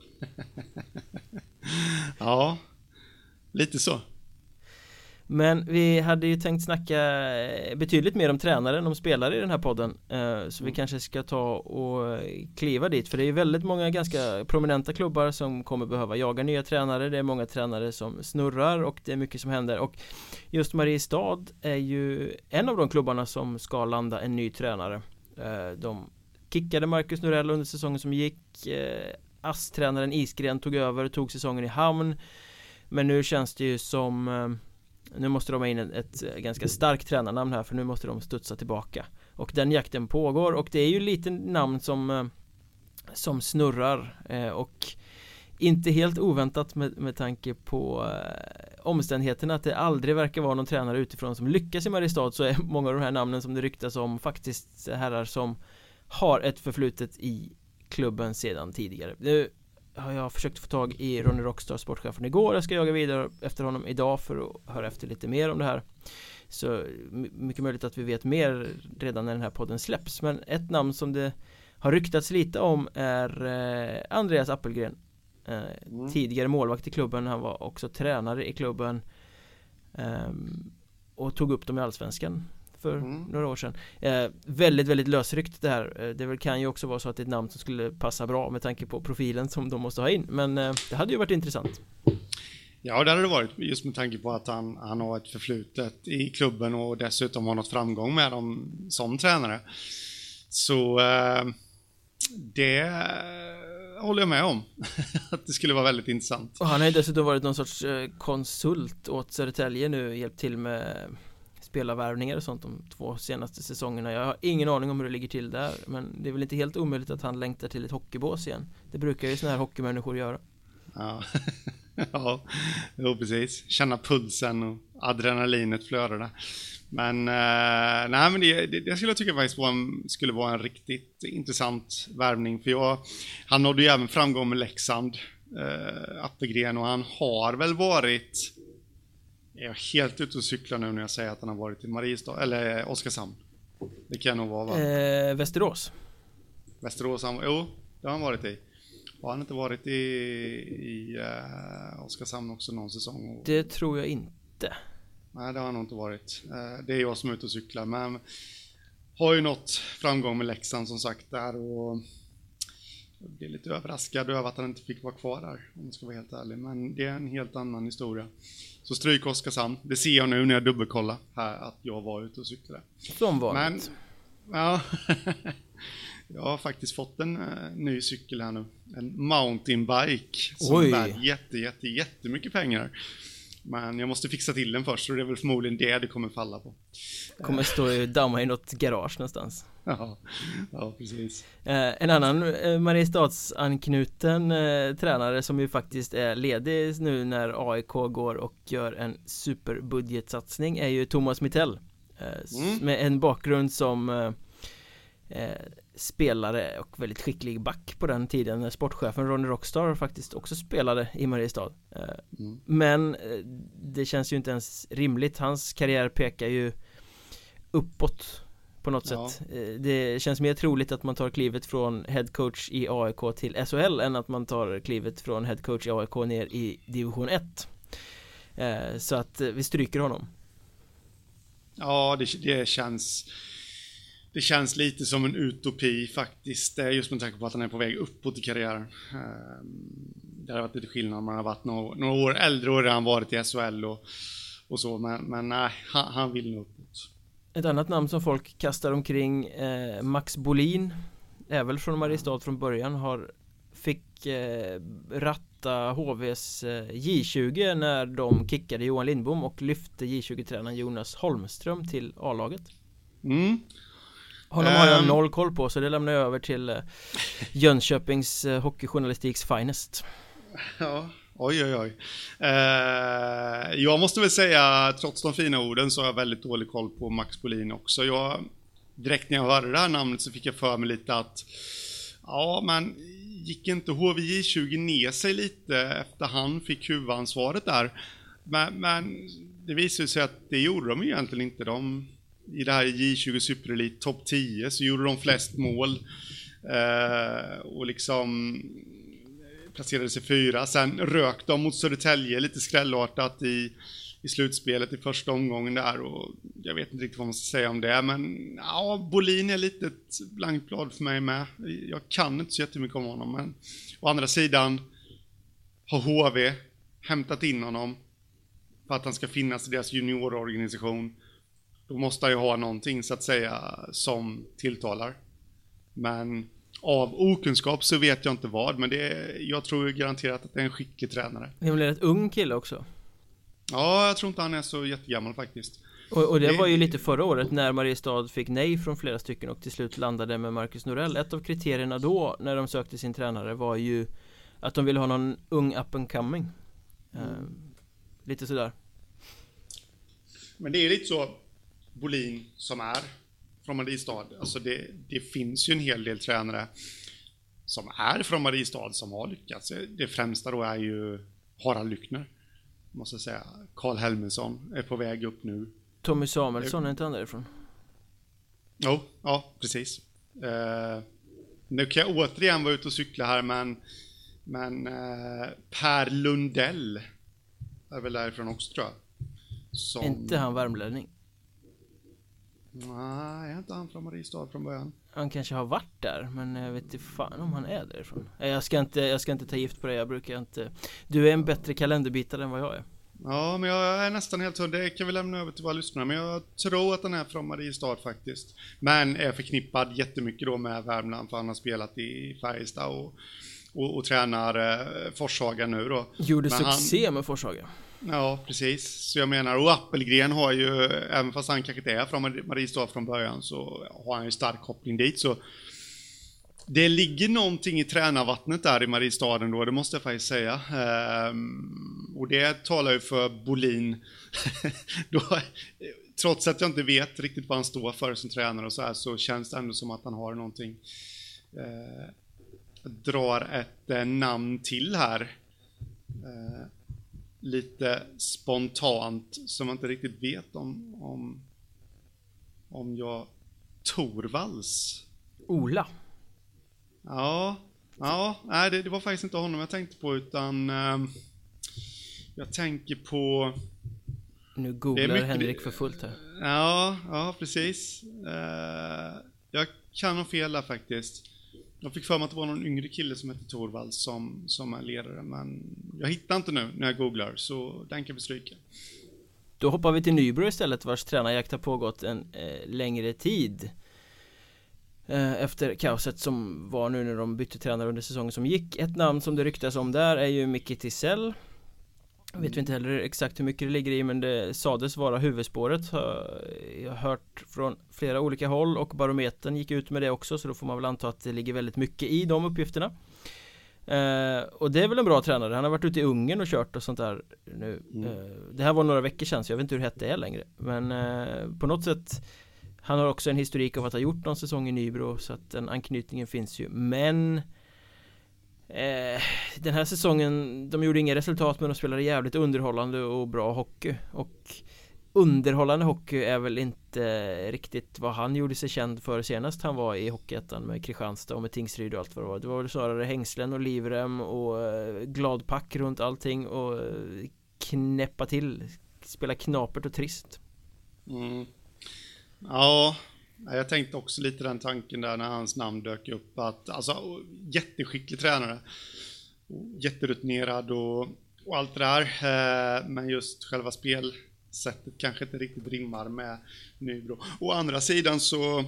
Ja, lite så. Men vi hade ju tänkt snacka betydligt mer om tränare än om spelare i den här podden, så vi kanske ska ta och kliva dit, för det är väldigt många ganska prominenta klubbar som kommer behöva jaga nya tränare. Det är många tränare som snurrar och det är mycket som händer, och just Mariestad är ju en av de klubbarna som ska landa en ny tränare. De kickade Marcus Norell under säsongen som gick. A S S-tränaren Isgren tog över, tog säsongen i hamn, men nu känns det ju som nu måste de ha in ett, ett ganska starkt tränarnamn här, för nu måste de studsa tillbaka. Och den jakten pågår, och det är ju lite namn som, som snurrar. Och inte helt oväntat med, med tanke på eh, omständigheterna att det aldrig verkar vara någon tränare utifrån som lyckas i Mariestad, så är många av de här namnen som det ryktas om faktiskt herrar som har ett förflutet i klubben sedan tidigare. Nu har jag försökt få tag i Ronny Rockstar, sportchefen, igår. Jag ska jaga vidare efter honom idag för att höra efter lite mer om det här. Så mycket möjligt att vi vet mer redan när den här podden släpps. Men ett namn som det har ryktats lite om är eh, Andreas Appelgren. Eh, mm. Tidigare målvakt i klubben. Han var också tränare i klubben. Eh, och tog upp dem i Allsvenskan för mm. några år sedan. Eh, väldigt, väldigt lösryckt det här. Eh, det kan ju också vara så att det är ett namn som skulle passa bra med tanke på profilen som de måste ha in. Men eh, det hade ju varit intressant. Ja, det hade det varit, just med tanke på att han, han har ett förflutet i klubben och dessutom har något framgång med dem som tränare. Så eh, det håller jag med om. Att det skulle vara väldigt intressant. Och han har ju dessutom varit någon sorts eh, konsult åt Södertälje nu, hjälpt till med spelarvärvningar och sånt de två senaste säsongerna. Jag har ingen aning om hur det ligger till där, men det är väl inte helt omöjligt att han längtar till ett hockeybås igen. Det brukar ju såna här hockeymänniskor göra. Ja, ja, jo, precis. Känna pulsen och adrenalinet flödar där. Men, eh, nej, men det, det, det skulle jag tycka faktiskt var en, skulle vara en riktigt intressant värvning. För jag, han nådde ju även framgång med Leksand, eh, Appelgren, och han har väl varit, jag är helt ute och cyklar nu när jag säger att han har varit i Mariestad, eller Oskarshamn. Det kan nog vara, va? Eh, Västerås. Västerås, han, jo, det har han varit i. Har han inte varit i, i uh, Oskarshamn också någon säsong? Det tror jag inte. Nej, det har han nog inte varit. Uh, det är jag som är ute och cyklar. Men har ju nått framgång med Leksand som sagt där. Och jag blir lite överraskad över att han inte fick vara kvar där, om jag ska vara helt ärlig. Men det är en helt annan historia. Så stryk Oskarshamn. Det ser jag nu när jag dubbelkollar här att jag var ute och cyklade. Som vanligt. Ja. Jag har faktiskt fått en uh, ny cykel här nu. En mountainbike som är värd jätte, jätte, jättemycket pengar. Men jag måste fixa till den först, och det är väl förmodligen det det kommer falla på. Kommer stå i damma i något garage någonstans. Ja, ja precis. eh, En annan eh, Mariestadsanknuten eh, tränare som ju faktiskt är ledig nu när A I K går och gör en superbudgetsatsning är ju Thomas Mittell. eh, mm. Med en bakgrund som eh, eh, spelare och väldigt skicklig back på den tiden när sportchefen Ronny Rockstar faktiskt också spelade i Mariestad. Mm. Men det känns ju inte ens rimligt. Hans karriär pekar ju uppåt på något ja. sätt. Det känns mer troligt att man tar klivet från headcoach i A I K till S H L än att man tar klivet från headcoach i A I K ner i division ett. Så att vi stryker honom. Ja, det, det känns Det känns lite som en utopi faktiskt, just med tanke på att han är på väg uppåt i karriären. Det har varit lite skillnad, man har varit några, några år äldre och redan varit i S H L och, och så, men, men nej, han, han vill nog uppåt. Ett annat namn som folk kastar omkring, eh, Max Bolin, är väl från Mariestad från början, har fick eh, ratta H V:s eh, J tjugo när de kickade Johan Lindbom och lyfte J tjugo-tränaren Jonas Holmström till A-laget. Mm. Honom har jag noll koll på, så det lämnar jag över till uh, Jönköpings uh, hockeyjournalistiks finest. Ja, oj oj oj. Uh, jag måste väl säga, trots de fina orden så har jag väldigt dålig koll på Max Bolin också. Jag, direkt när jag hörde det här namnet så fick jag för mig lite att ja, men gick inte H V J tjugo ner sig lite efter han fick huvudansvaret där. Men, men det visade sig att det gjorde de egentligen inte. De i det här J tjugo Superelit topp tio så gjorde de flest mål eh, och liksom placerade sig fyra. Sen rök de mot Södertälje lite skrällartat i, i slutspelet i första omgången där, och jag vet inte riktigt vad man ska säga om det, men ja, Bolin är lite ett blankt blad för mig med. Jag kan inte så jättemycket om honom, men å andra sidan har H V hämtat in honom för att han ska finnas i deras juniororganisation. Då måste jag ju ha någonting så att säga som tilltalar. Men av okunskap så vet jag inte vad. Men det är, jag tror garanterat att det är en skicklig tränare. Det är ett ung kille också. Ja, jag tror inte han är så jättegammal faktiskt. Och, och det, det var ju lite förra året när Mariestad fick nej från flera stycken och till slut landade med Marcus Norell. Ett av kriterierna då när de sökte sin tränare var ju att de ville ha någon ung up and coming. Mm. Uh, lite sådär. Men det är lite så Bolin som är från Mariestad. Alltså det, det finns ju en hel del tränare som är från Mariestad som har lyckats. Det främsta då är ju Harald Lyckner, måste jag säga. Karl Helmensson är på väg upp nu. Tommy Samuelsson är inte han därifrån? Jo, oh, ja, precis. Uh, nu kan jag återigen vara ute och cykla här, men, men uh, Per Lundell är väl därifrån också, tror jag. Som... Inte han värmlänning? Nej, är inte han från Mariestad från början? Han kanske har varit där, men jag vet inte fan om han är därifrån. Jag ska inte, jag ska inte ta gift på det, jag brukar inte. Du är en bättre kalenderbitare än vad jag är. Ja, men jag är nästan helt hundra. Det kan vi lämna över till våra lyssnare. Men jag tror att han är från Mariestad faktiskt. Men är förknippad jättemycket då med Värmland, för han har spelat i Färjestad och, och, och tränar eh, Forshaga nu då. Gjorde men succé han... med Forshaga. Ja, precis. Så jag menar, och Appelgren har ju, även fast han kanske inte är från Mariestad från början, så har han ju stark koppling dit. Så det ligger någonting i tränarvattnet där i Mariestaden då, det måste jag faktiskt säga. Ehm, och det talar ju för Bolin. då, trots att jag inte vet riktigt vad han står för som tränare och så här, så känns det ändå som att han har någonting. Ehm, drar ett eh, namn till här. Ehm, lite spontant som man inte riktigt vet om om, om jag Torvalds. Ola. Ja, ja, nej det, det var faktiskt inte honom jag tänkte på, utan eh, jag tänker på. Nu googlar mycket, Henrik för fullt här. Ja, ja precis. Eh, jag kan ha fel där faktiskt. Jag fick för mig att det var någon yngre kille som heter Torvald som, som är ledare, men jag hittar inte nu när jag googlar, så den kan vi stryka. Då hoppar vi till Nybro istället, vars tränarjakt har pågått en eh, längre tid. efter kaoset som var nu när de bytte tränare under säsongen som gick. Ett namn som det ryktas om där är ju Micke Tisell. Jag vet inte heller exakt hur mycket det ligger i, men det sades vara huvudspåret. Jag har hört från flera olika håll och Barometern gick ut med det också, så då får man väl anta att det ligger väldigt mycket i de uppgifterna. Eh, och det är väl en bra tränare. Han har varit ute i Ungern och kört och sånt där nu. Mm. Eh, det här var några veckor sedan, så jag vet inte hur hett det är längre. Men eh, på något sätt, han har också en historik av att ha gjort någon säsong i Nybro, så att den anknytningen finns ju. Men eh, den här säsongen, de gjorde inga resultat, men de spelade jävligt underhållande och bra hockey. Och underhållande hockey är väl inte riktigt vad han gjorde sig känd för senast han var i Hockeyettan med Kristianstad och med Tingsryd och allt vad det var. Det var väl snarare hängslen och livrem och gladpack runt allting och knäppa till, spela knapert och trist. Mm. Ja, jag tänkte också lite den tanken där när hans namn dök upp, att alltså jätteskicklig tränare, jätterutinerad och, och allt det där, men just själva spel sättet kanske inte riktigt rimmar med Nybro. Å andra sidan så,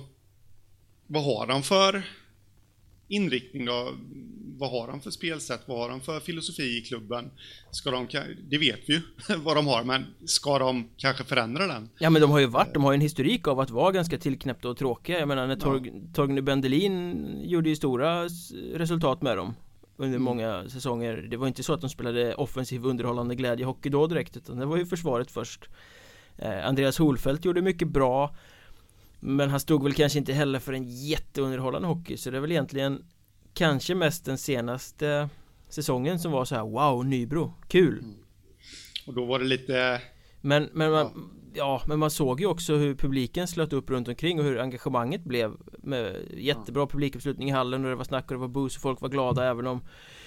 vad har han för inriktning då? Vad har han för spelsätt? Vad har han för filosofi i klubben? Ska de, det vet vi ju vad de har, men ska de kanske förändra den? Ja, men de har ju varit, de har ju en historik av att vara ganska tillknäppta och tråkiga. Jag menar, när Torg, ja. Torgny Bendelin gjorde ju stora resultat med dem under mm. många säsonger. Det var inte så att de spelade offensiv underhållande glädje hockey då direkt, utan det var ju försvaret först. eh, Andreas Holfeldt gjorde mycket bra, men han stod väl kanske inte heller för en jätteunderhållande hockey. Så det är väl egentligen kanske mest den senaste säsongen som var så här: wow, Nybro, kul. Mm. Och då var det lite... Men, men, man, ja. Ja, men man såg ju också hur publiken slöt upp runt omkring och hur engagemanget blev, med jättebra publikuppslutning i hallen och det var snack och det var bus och folk var glada, även om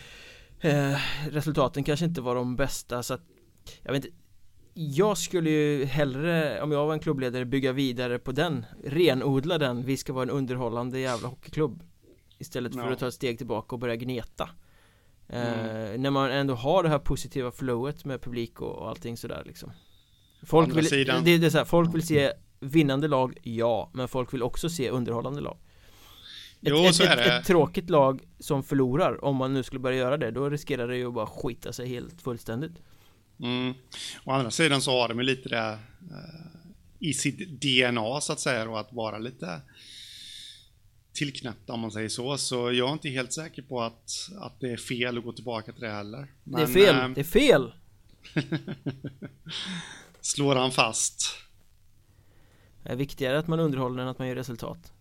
eh, resultaten kanske inte var de bästa. Så att, jag vet inte, jag skulle ju hellre, om jag var en klubbledare, bygga vidare på den, renodla den, vi ska vara en underhållande jävla hockeyklubb, istället för ja. att ta ett steg tillbaka och börja gneta. Mm. eh, när man ändå har det här positiva flowet med publik och, och allting sådär liksom. Folk vill, det, det är så här, folk vill se vinnande lag, ja, men folk vill också se underhållande lag. Ett, jo, ett, så är ett, det. ett tråkigt lag som förlorar, om man nu skulle börja göra det, då riskerar det ju att bara skita sig helt fullständigt. Mm. Å andra sidan så har de ju lite det uh, i sitt D N A så att säga, och att vara lite tillknäppta, om man säger så. Så jag är inte helt säker på att, att det är fel att gå tillbaka till det heller. Men, det är fel, uh, det är fel. Slår han fast. Det är viktigare att man underhåller än att man gör resultat.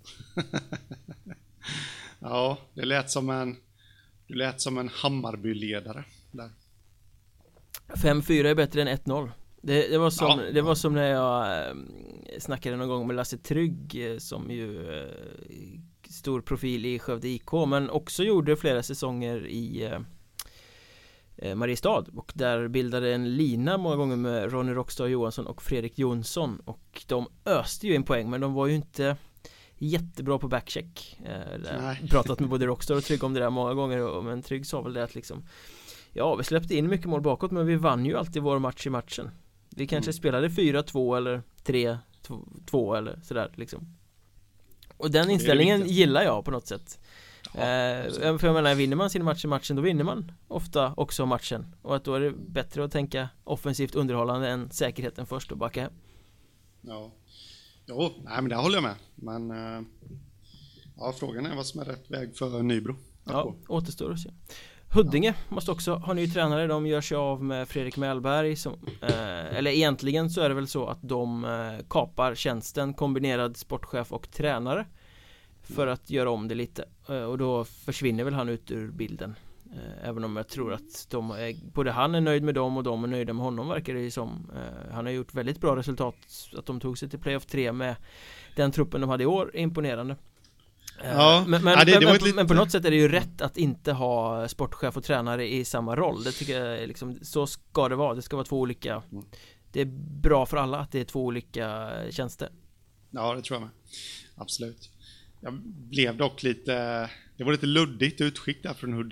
Ja, det lät som en det lät som en Hammarby-ledare där. fem fyra är bättre än ett noll. Det, det, var som, ja, det var som när jag äh, snackade någon gång med Lasse Trygg, äh, som ju äh, stor profil i Skövde I K, men också gjorde flera säsonger i äh, Mariestad, och där bildade en lina många gånger med Ronny Rockstad Johansson och Fredrik Jonsson, och de öste ju en poäng, men de var ju inte jättebra på backcheck. eh, pratat med både Rockstad och Trygg om det där många gånger, men Trygg sa väl det att liksom, ja, vi släppte in mycket mål bakåt, men vi vann ju alltid vår match i matchen. Vi kanske mm. spelade fyra två eller tre två eller sådär liksom. Och den inställningen gillar jag på något sätt. Ja, eh, för jag menar, vinner man sin match i matchen, då vinner man ofta också matchen. Och att då är det bättre att tänka offensivt underhållande än säkerheten först och backa hem. Ja, jo, nej, men det håller jag med. Men uh, ja, frågan är vad som är rätt väg för Nybro. Ja, återstår att se. Huddinge ja. måste också ha ny tränare. De gör sig av med Fredrik Mellberg som, eh, eller egentligen så är det väl så att de eh, kapar tjänsten kombinerad sportchef och tränare för att göra om det lite, och då försvinner väl han ut ur bilden, även om jag tror att de är, både han är nöjd med dem och de är nöjda med honom, verkar det ju som. Han har gjort väldigt bra resultat, att de tog sig till playoff tre med den truppen de hade i år, imponerande. Ja, men, men, ja, det, det men, lite... men på något sätt är det ju rätt att inte ha sportchef och tränare i samma roll. Det tycker jag liksom, så ska det vara. Det ska vara två olika. Det är bra för alla att det är två olika tjänster. Ja, det tror jag med. Absolut. Jag blev dock lite, det var lite luddigt utskick där från Huddinge.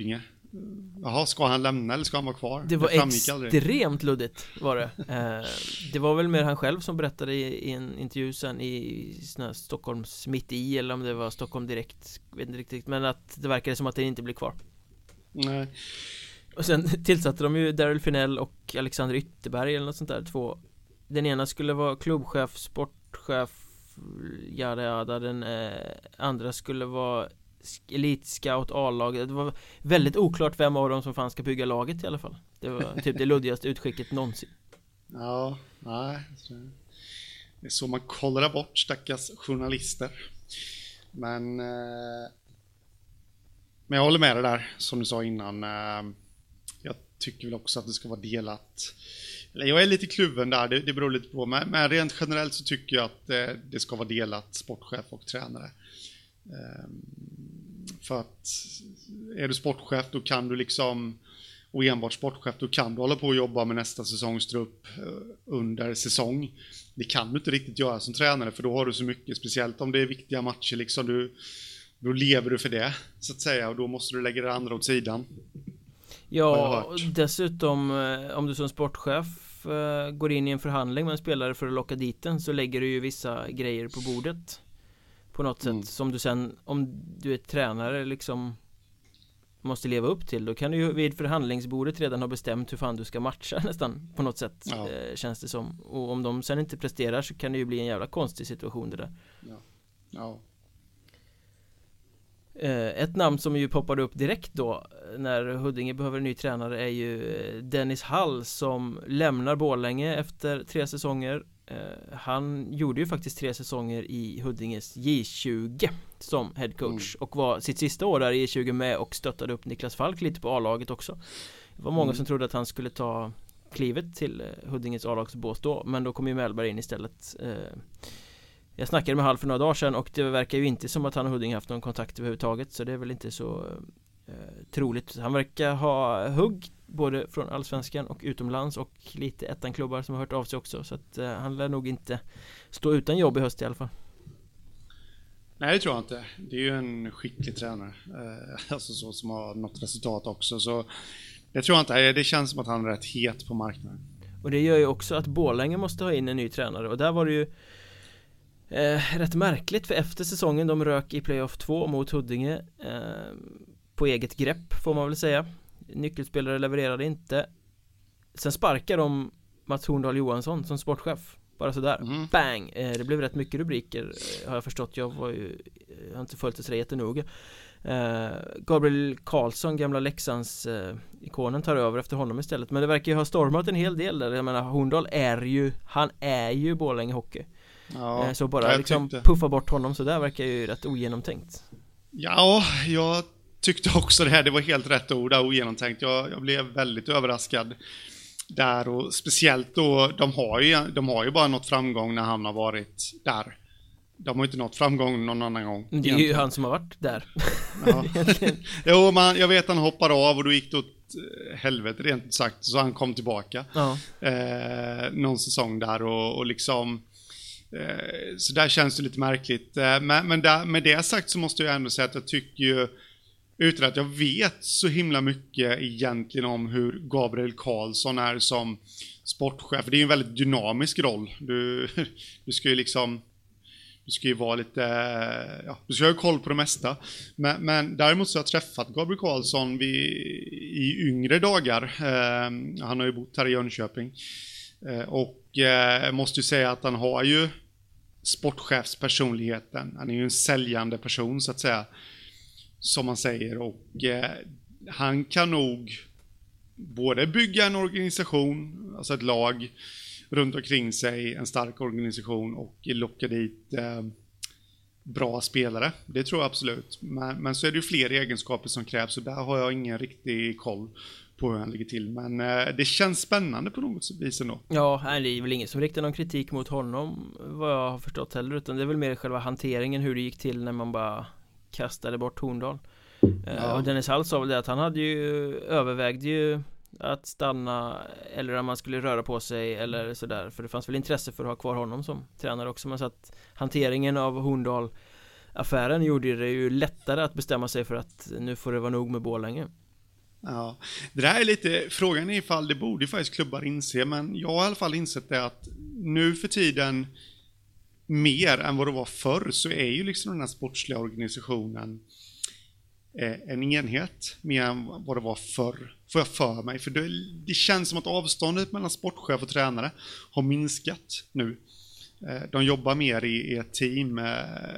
jaha, ska han lämna eller ska han vara kvar? Det var det extremt luddigt var det. eh, Det var väl mer han själv som berättade i, i en intervju sen i såna Stockholms mitt i, eller om det var Stockholm direkt, vet inte riktigt, men att det verkade som att det inte blir kvar. Nej. Och sen tillsatte de ju Daryl Finell och Alexander Ytterberg eller något sånt där, två. Den ena skulle vara klubbchef, sportchef, jada jada. Den eh, andra skulle vara elitscout A-laget. Det var väldigt oklart vem av dem som fan ska bygga laget i alla fall. Det var typ det luddigaste utskicket någonsin. Ja, nej. Det är så man kollar bort stackars journalister. Men eh, men jag håller med dig där, som du sa innan. Eh, jag tycker väl också att det ska vara delat. Jag är lite kluven där, det, det beror lite på. Men, men rent generellt så tycker jag att eh, det ska vara delat, sportchef och tränare. Eh, för att är du sportchef, då kan du liksom, och enbart sportchef, då kan du hålla på och jobba med nästa säsongstrupp under säsong. Det kan du inte riktigt göra som tränare, för då har du så mycket, speciellt om det är viktiga matcher liksom, du, då lever du för det så att säga, och då måste du lägga det andra åt sidan. Ja, och dessutom om du som sportchef går in i en förhandling med en spelare för att locka dit den, så lägger du ju vissa grejer på bordet på något sätt, mm. som du sen, om du är tränare liksom måste leva upp till. Då kan du ju vid förhandlingsbordet redan ha bestämt hur fan du ska matcha nästan på något sätt, ja. eh, känns det som. Och om de sen inte presterar så kan det ju bli en jävla konstig situation det där. Ja. Ja. Eh, ett namn som ju poppade upp direkt då när Huddinge behöver en ny tränare är ju Dennis Hall, som lämnar Borlänge efter tre säsonger. Uh, han gjorde ju faktiskt tre säsonger i Huddinges J tjugo som headcoach, mm. och var sitt sista år där i J tjugo med och stöttade upp Niklas Falk lite på A-laget också. Det var många mm. som trodde att han skulle ta klivet till uh, Huddinges A-lagsbås då, men då kom ju Mellberg in istället. uh, Jag snackade med Hall för några dagar sedan, och det verkar ju inte som att han och Huddinge haft någon kontakt överhuvudtaget, så det är väl inte så uh, troligt. Han verkar ha hugg både från Allsvenskan och utomlands, och lite ettanklubbar som har hört av sig också, så att uh, han lär nog inte stå utan jobb i höst i alla fall. Nej, det tror jag inte. Det är ju en skicklig tränare, uh, alltså så, som har något resultat också, så det tror jag inte. Det känns som att han är rätt het på marknaden. Och det gör ju också att Borlänge måste ha in en ny tränare, och där var det ju uh, rätt märkligt, för efter säsongen de rök i playoff två mot Huddinge uh, på eget grepp får man väl säga. Nyckelspelare levererade inte. Sen sparkar de Mats Horndal Johansson som sportchef. Bara sådär, mm. bang. eh, Det blev rätt mycket rubriker, eh, har jag förstått. Jag var ju, jag har inte följt det så jättenoga. eh, Gabriel Karlsson, gamla Leksands eh, ikonen, tar över efter honom istället. Men det verkar ju ha stormat en hel del där. Jag menar, Horndal är ju, han är ju Borlänge hockey. Ja, eh, Så bara liksom puffa bort honom, så där verkar ju rätt ogenomtänkt. Ja, jag tyckte också det här, det var helt rätt ord, ogenomtänkt. Jag, jag blev väldigt överraskad där, och speciellt då, de har ju, de har ju bara nått framgång när han har varit där. De har inte nått framgång någon annan gång. Det är egentligen ju han som har varit där. Ja. Jo, man, jag vet att han hoppade av och då gick det åt helvete rent sagt, så han kom tillbaka. Ja. Eh, någon säsong där och, och liksom eh, så där känns det lite märkligt. Eh, men men där, med det sagt så måste jag ändå säga att jag tycker ju, utan att jag vet så himla mycket egentligen om hur Gabriel Karlsson är som sportchef. Det är ju en väldigt dynamisk roll. Du, du ska ju liksom, du ska ju vara lite, ja, du ska ha koll på det mesta. Men, men däremot så har jag träffat Gabriel Karlsson vid, i yngre dagar. Eh, han har ju bott här i Jönköping. Eh, och eh, måste ju säga att han har ju sportchefspersonligheten. Han är ju en säljande person så att säga, som man säger, och eh, han kan nog både bygga en organisation, alltså ett lag runt omkring sig, en stark organisation, och locka dit eh, bra spelare. Det tror jag absolut. Men, men så är det ju fler egenskaper som krävs, och där har jag ingen riktig koll på hur han ligger till. Men eh, det känns spännande på något vis ändå. Ja, det är väl ingen som riktar någon kritik mot honom, vad jag har förstått heller, utan det är väl mer själva hanteringen, hur det gick till när man bara kastade bort Horndal. Ja. Och Dennis Hall sa väl det att han hade ju övervägde ju att stanna, eller om man skulle röra på sig eller sådär, för det fanns väl intresse för att ha kvar honom som tränare också. Men så att hanteringen av Horndal-affären gjorde det ju lättare att bestämma sig för att nu får det vara nog med Borlänge. Ja, det där är lite, frågan är ifall det borde faktiskt klubbar inse, men jag har i alla fall insett det att nu för tiden mer än vad det var förr så är ju liksom den här sportsliga organisationen eh, en enhet mer än vad det var förr, får jag för mig, för det, det känns som att avståndet mellan sportchef och tränare har minskat nu. Eh, de jobbar mer i, i ett team, eh,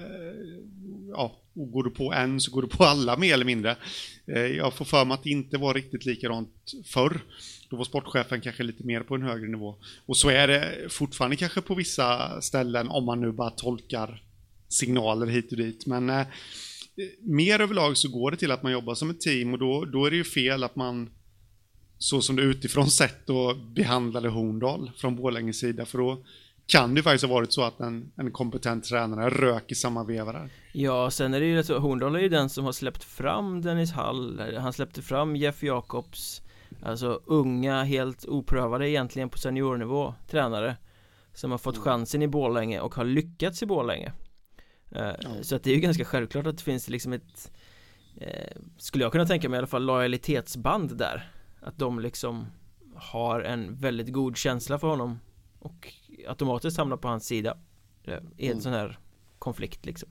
ja, och går du på en så går du på alla mer eller mindre. Eh, jag får för mig att det inte var riktigt likadant förr. Då var sportchefen kanske lite mer på en högre nivå. Och så är det fortfarande kanske på vissa ställen om man nu bara tolkar signaler hit och dit. Men eh, mer överlag så går det till att man jobbar som ett team och då, då är det ju fel att man så som det utifrån sett och behandlade Horndal från Borlänges sida, för då kan det faktiskt ha varit så att en, en kompetent tränare rök i samma veva där. Ja, sen är det ju så, Horndal är ju den som har släppt fram Dennis Hall. Han släppte fram Jeff Jacobs. Alltså unga, helt oprövade egentligen på seniornivå tränare som har fått chansen i Borlänge och har lyckats i Borlänge. ja. Så att det är ju ganska självklart att det finns liksom ett eh, skulle jag kunna tänka mig i alla fall lojalitetsband där. Att de liksom har en väldigt god känsla för honom och automatiskt hamnar på hans sida i en mm. sån här konflikt liksom.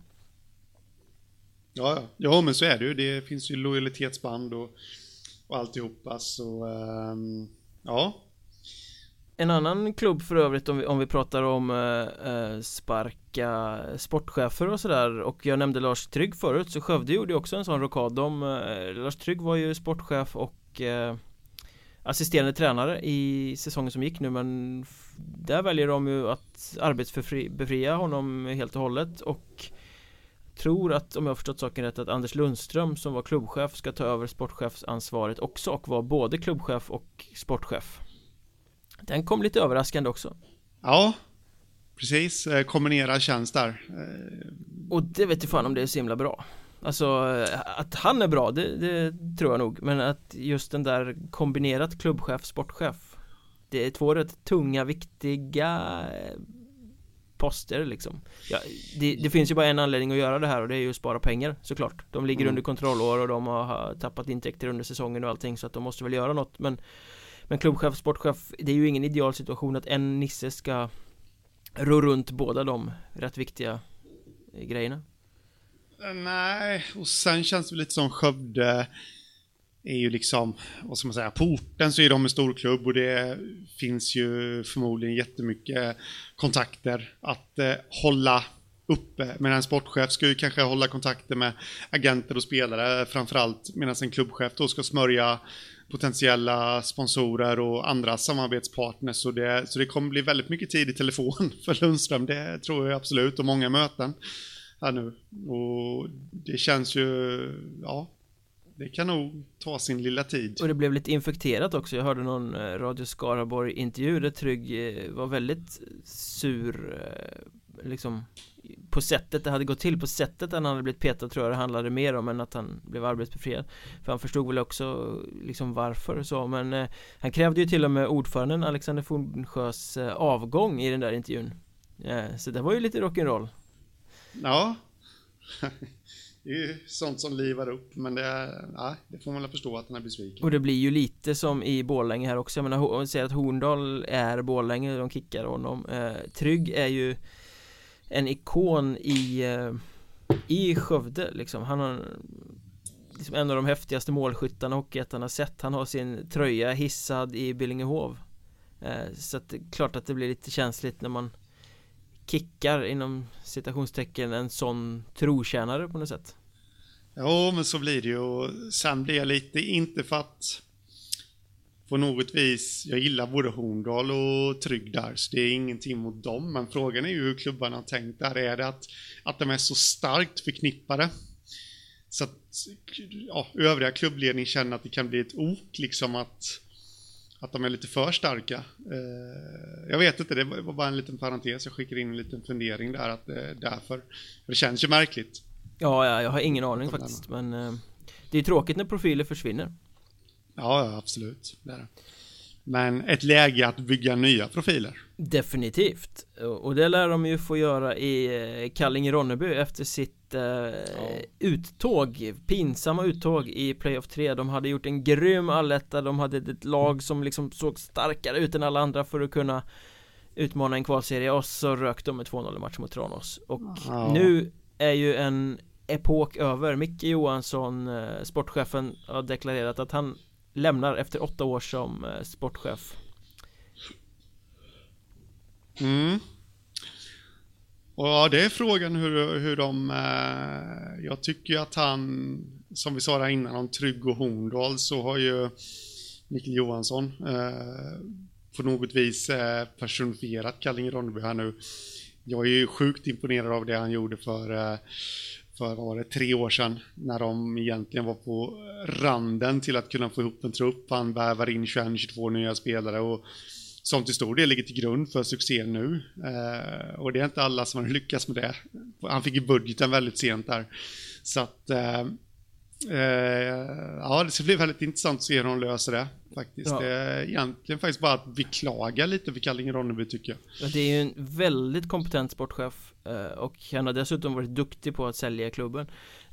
Ja, ja. ja, men så är det ju. Det finns ju lojalitetsband och, och alltihopa, så um, ja. En annan klubb för övrigt, om vi, om vi pratar om uh, sparka sportchefer och sådär, och jag nämnde Lars Trygg förut, så Skövde gjorde ju också en sån rokad. De, uh, Lars Trygg var ju sportchef och uh, assisterande tränare i säsongen som gick nu, men f- där väljer de ju att arbetsbefria honom helt och hållet, och tror att, om jag har förstått saken rätt, att Anders Lundström som var klubbchef ska ta över sportchefsansvaret också och vara både klubbchef och sportchef. Den kom lite överraskande också. Ja, precis. Kombinerad tjänst där. Och det vet jag fan om det är så himla bra. Alltså att han är bra, det, det tror jag nog. Men att just den där kombinerat klubbchef, sportchef, det är två rätt tunga, viktiga poster liksom. Ja, det, det finns ju bara en anledning att göra det här, och det är ju att spara pengar såklart. De ligger mm. under kontrollår och de har tappat intäkter under säsongen och allting, så att de måste väl göra något. Men, men klubbchef, sportchef, det är ju ingen ideal situation att en nisse ska rå runt båda de rätt viktiga grejerna. Nej, och sen känns det lite som Skövde är ju liksom, vad ska man säga, på orten så är de en stor klubb och det finns ju förmodligen jättemycket kontakter att eh, hålla uppe, medan en sportchef ska ju kanske hålla kontakter med agenter och spelare framförallt, medan en klubbchef då ska smörja potentiella sponsorer och andra samarbetspartners, så det, så det kommer bli väldigt mycket tid i telefon för Lundström, det tror jag absolut, och många möten här nu, och det känns ju, ja, det kan nog ta sin lilla tid. Och det blev lite infekterat också. Jag hörde någon eh, Radio Skaraborg intervju där Trygg eh, var väldigt sur eh, liksom på sättet det hade gått till, på sättet han hade blivit petad, tror jag det handlade mer om än att han blev arbetsbefriad. För han förstod väl också liksom varför så, men eh, han krävde ju till och med ordföranden Alexander Fornsjös eh, avgång i den där intervjun. Eh, så det var ju lite rock'n'roll. Ja. Det är ju sånt som livar upp, men det, är, ja, det får man väl förstå att han är besviken. Och det blir ju lite som i Borlänge här också. Jag menar, om vi säger att Horndal är Borlänge, de kickar honom. Eh, Trygg är ju en ikon i, eh, i Skövde liksom. Han har liksom en av de häftigaste målskyttarna Hockeyettan har sett. Han har sin tröja hissad i Billingehov. Eh, så att det är klart att det blir lite känsligt när man kickar inom citationstecken en sån trotjänare på något sätt. Ja, men så blir det ju. Och sen blir jag lite, inte för att på något vis, jag gillar både Horndal och Trygg där, så det är ingenting mot dem, men frågan är ju hur klubbarna har tänkt där. Är det att, att de är så starkt förknippade så att ja, övriga klubbledning känner att det kan bli ett ok liksom, att Att de är lite för starka. Eh, jag vet inte, det var bara en liten parentes. Jag skickar in en liten fundering där. Att, eh, därför. Det känns ju märkligt. Ja, ja jag har ingen aning faktiskt. Men eh, det är tråkigt när profiler försvinner. Ja, ja absolut. Det är det. Men ett läge att bygga nya profiler. Definitivt. Och det lär de ju få göra i Kallinge-Ronneby efter sitt eh, ja. uttåg, pinsamma uttåg i playoff tre. De hade gjort en grym alletta, de hade ett lag som liksom såg starkare ut än alla andra för att kunna utmana en kvalserie, och så rök de med två noll match mot Tranås. Och ja. nu är ju en epok över. Micke Johansson, eh, sportchefen, har deklarerat att han lämnar efter åtta år som eh, sportchef. Mm. Och ja, det är frågan hur, hur de eh, jag tycker att han, som vi sa där innan om Trygg och Horndal, så har ju Mikael Johansson eh, på något vis eh, personifierat Kallinge-Ronneby här nu. Jag är ju sjukt imponerad av det han gjorde för eh, för vad var det, tre år sedan, när de egentligen var på randen till att kunna få ihop en trupp. Han värvar in tjugoett tjugotvå nya spelare och som till stor del ligger till grund för succé nu. Eh, och det är inte alla som har lyckats med det. Han fick ju budgeten väldigt sent där. Så att eh, eh, ja, det ska bli väldigt intressant att se hur de löser det faktiskt. Ja. Det är egentligen faktiskt bara att beklaga lite för Kallinge-Ronneby, tycker jag. Ja, det är ju en väldigt kompetent sportchef, och han har dessutom varit duktig på att sälja klubben.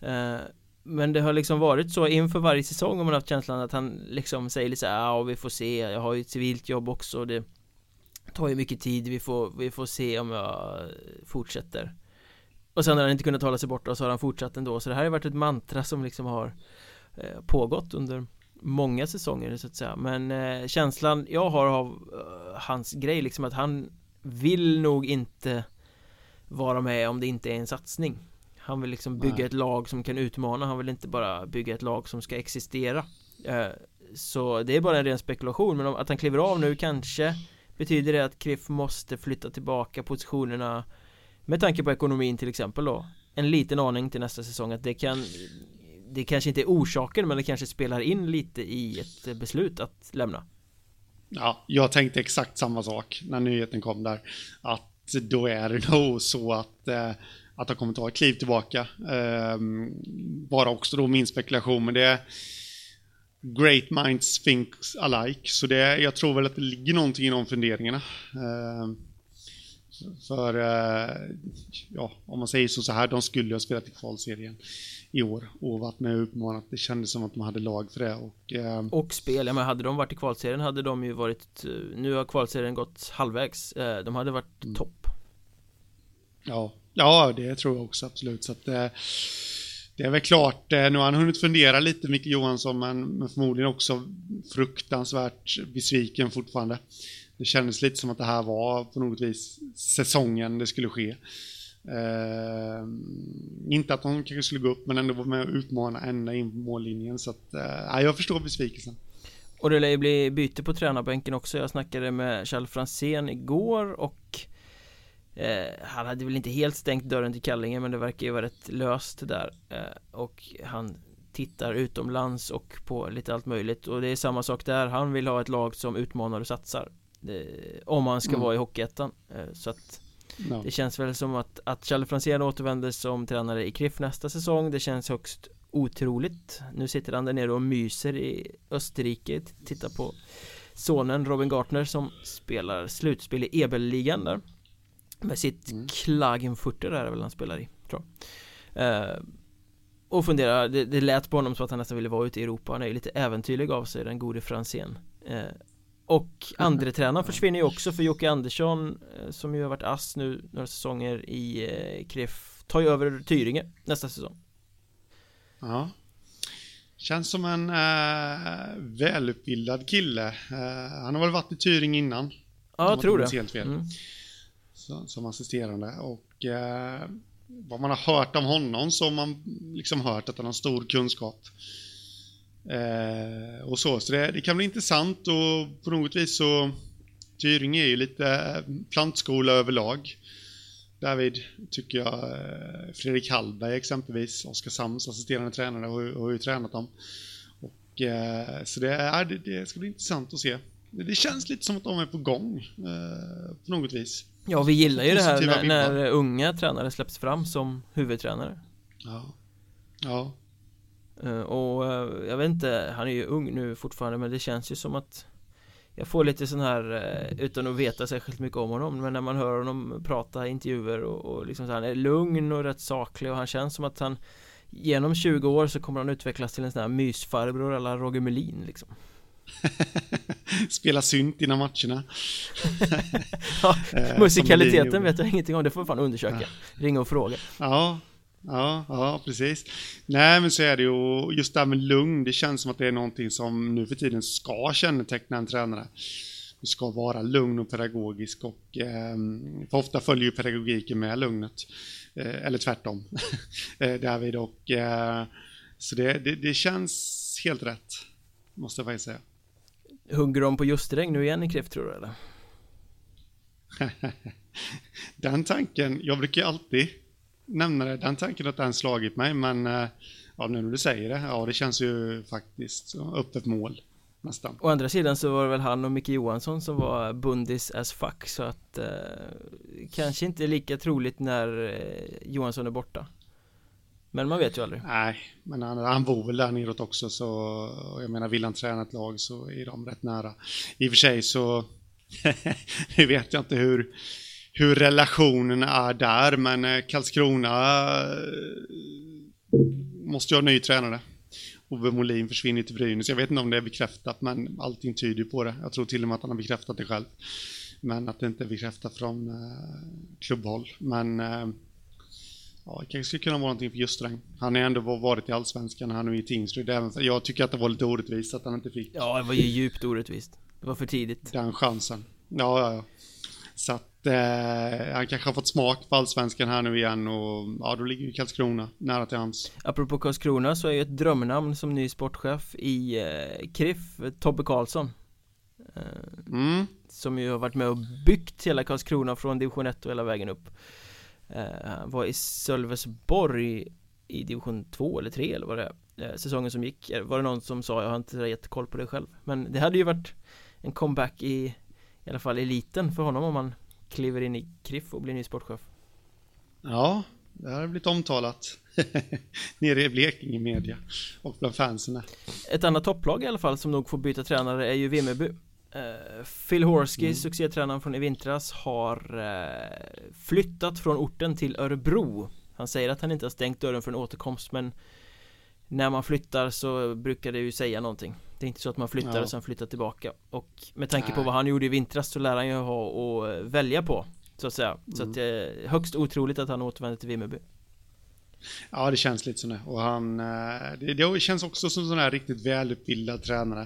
Men det har liksom varit så inför varje säsong, om man har haft känslan att han liksom säger lite så här: ja, vi får se, jag har ju ett civilt jobb också, det tar ju mycket tid, vi får, vi får se om jag fortsätter. Och sen har han inte kunnat hålla sig borta, och så har han fortsatt ändå. Så det här har varit ett mantra som liksom har pågått under många säsonger, så att säga. Men eh, känslan jag har av uh, hans grej, liksom att han vill nog inte vara med om det inte är en satsning. Han vill liksom bygga Nej. ett lag som kan utmana. Han vill inte bara bygga ett lag som ska existera. eh, Så det är bara en ren spekulation. Men om att han kliver av nu, kanske betyder det att Kriff måste flytta tillbaka positionerna, med tanke på ekonomin till exempel då. En liten aning till nästa säsong att det kan, det kanske inte är orsaken, men det kanske spelar in lite i ett beslut att lämna. Ja, jag tänkte exakt samma sak när nyheten kom där, att då är det nog så att eh, att de kommer ta ett kliv tillbaka. Eh, bara också då min spekulation, men det är great minds think alike, så det, jag tror väl att det ligger någonting i de funderingarna. Eh, för eh, ja, om man säger så, så här, de skulle ha spelat i kvalserien i år och varit med och uppmanat. Det kändes som att de hade lag för det. Och, eh, och spel, ja, men hade de varit i kvalserien hade de ju varit, nu har kvalserien gått halvvägs, de hade varit mm. topp. Ja, ja, det tror jag också absolut. Så att, eh, det är väl klart, eh, nu har han hunnit fundera lite, Mikael Johansson, men, men förmodligen också fruktansvärt besviken fortfarande. Det kändes lite som att det här var på något vis säsongen det skulle ske. Eh, inte att de kanske skulle gå upp, men ändå vara med och utmana ända in på mållinjen. Så att, eh, jag förstår besvikelsen. Och det lär ju bli byte på tränarbänken också. Jag snackade med Kjell Fransén igår, och eh, han hade väl inte helt stängt dörren till Kallinge, men det verkar ju vara rätt löst där. Eh, och han tittar utomlands och på lite allt möjligt. Och det är samma sak där. Han vill ha ett lag som utmanar och satsar. Det, om man ska mm. vara i Hockeyettan. Eh, så att no. det känns väl som att, att Kjell Fransén återvänder som tränare i Kriff nästa säsong. Det känns högst otroligt. Nu sitter han där nere och myser i Österrike. Tittar på sonen Robin Gartner som spelar slutspel i Ebelligan där. Med sitt mm. Klagenfurter där är väl han spelar i, tror jag. Uh, och funderar, det, det lät på honom så att han nästan ville vara ute i Europa. Han är ju lite äventyrlig av sig, den gode Fransén. Uh, och andra tränaren försvinner ju också, för Jocke Andersson, uh, som ju har varit ass nu några säsonger i uh, Kriff, tar ju över Tyringe nästa säsong. Ja. Känns som en uh, välutbildad kille. Uh, han har väl varit i Tyringe innan. Ja, jag tror det. Helt fel. Mm. Som assisterande, och eh, vad man har hört om honom, så har man liksom hört att han har stor kunskap eh, och så, så det, det kan bli intressant. Och på något vis så Tyringe är ju lite plantskola överlag. Därvid tycker jag eh, Fredrik Hallberg exempelvis, Oskarshamns assisterande tränare, har, har ju tränat dem, och eh, så det, är, det, det ska bli intressant att se. Det, det känns lite som att de är på gång eh, på något vis. Ja, vi gillar ju det här när, när unga tränare släpps fram som huvudtränare. Ja. Ja. Uh, och uh, jag vet inte, han är ju ung nu fortfarande, men det känns ju som att jag får lite sån här eh, utan att veta särskilt mycket om honom, men när man hör honom prata i intervjuer och, och liksom så, han är lugn och rätt saklig och han känns som att han genom tjugo år så kommer han utvecklas till en sån här mysfarbror eller Roger Melin liksom. Spela synt innan matcherna. Ja, musikaliteten vet jag ingenting om, det får fan undersöka. Ringa och fråga. Ja, ja, ja, precis. Nej, men så är det ju just det här med lugn, det känns som att det är någonting som nu för tiden ska känneteckna en tränare. Du ska vara lugn och pedagogisk och eh, för ofta följer ju pedagogiken med lugnet. Eh, eller tvärtom. David och eh, så det, det, det känns helt rätt, måste jag faktiskt säga. Hugger de på Ljustregn nu igen i Krif, tror du, eller? Den tanken, jag brukar alltid nämna det, den tanken att den slagit mig, men ja, nu när du säger det, ja, det känns ju faktiskt öppet mål nästan. Å andra sidan så var det väl han och Micke Johansson som var bundis as fuck, så att eh, kanske inte lika troligt när eh, Johansson är borta. Men man vet ju aldrig. Nej, men han, han bor väl där neråt också, så jag menar, vill han träna ett lag så är de rätt nära. I och för sig så nu vet jag inte hur hur relationen är där, men Karlskrona måste ju ha ny tränare. Ove Molin försvinner till Brynäs. Jag vet inte om det är bekräftat, men allting tyder på det. Jag tror till och med att han har bekräftat det själv. Men att det inte är bekräftat från eh, klubbhåll. Men eh, ja, det kanske skulle kunna vara någonting för Ljustregn. Han har ändå varit i Allsvenskan, han är i Tingsryd. Även för, jag tycker att det var lite orättvist att han inte fick. Ja, det var ju djupt orättvist. Det var för tidigt. Den chansen. Ja, ja, ja. Så att eh, han kanske har fått smak på Allsvenskan här nu igen, och ja, då ligger ju Karlskrona nära till hans. Apropå Karlskrona så är ju ett drömnamn som ny sportchef i eh, Krif, Tobbe Karlsson. Eh, mm. Som ju har varit med och byggt hela Karlskrona från division ett och hela vägen upp. Eh, han var i Sölvesborg i division två eller tre eller vad det är. Eh, säsongen som gick, var det någon som sa, jag har inte jättekoll på det själv, men det hade ju varit en comeback i i alla fall eliten för honom om man kliver in i Krif och blir ny sportchef. Ja, det har blivit omtalat nere i Blekinge media och bland fansen. Ett annat topplag i alla fall som nog får byta tränare är ju Vimmerby. uh, Phil Horsky, mm. succétränaren från i vintras, har uh, flyttat från orten till Örebro. Han säger att han inte har stängt dörren för en återkomst, men när man flyttar så brukar det ju säga någonting. Det är inte så att man flyttar ja. och sen flyttar tillbaka. Och med tanke Nej. på vad han gjorde i vintras så lär han ju ha att välja på, så att säga. Mm. Så att det är högst otroligt att han återvänder till Vimmerby. Ja, det känns lite så nu. Och han, det, det känns också som en sån här riktigt välutbildad tränare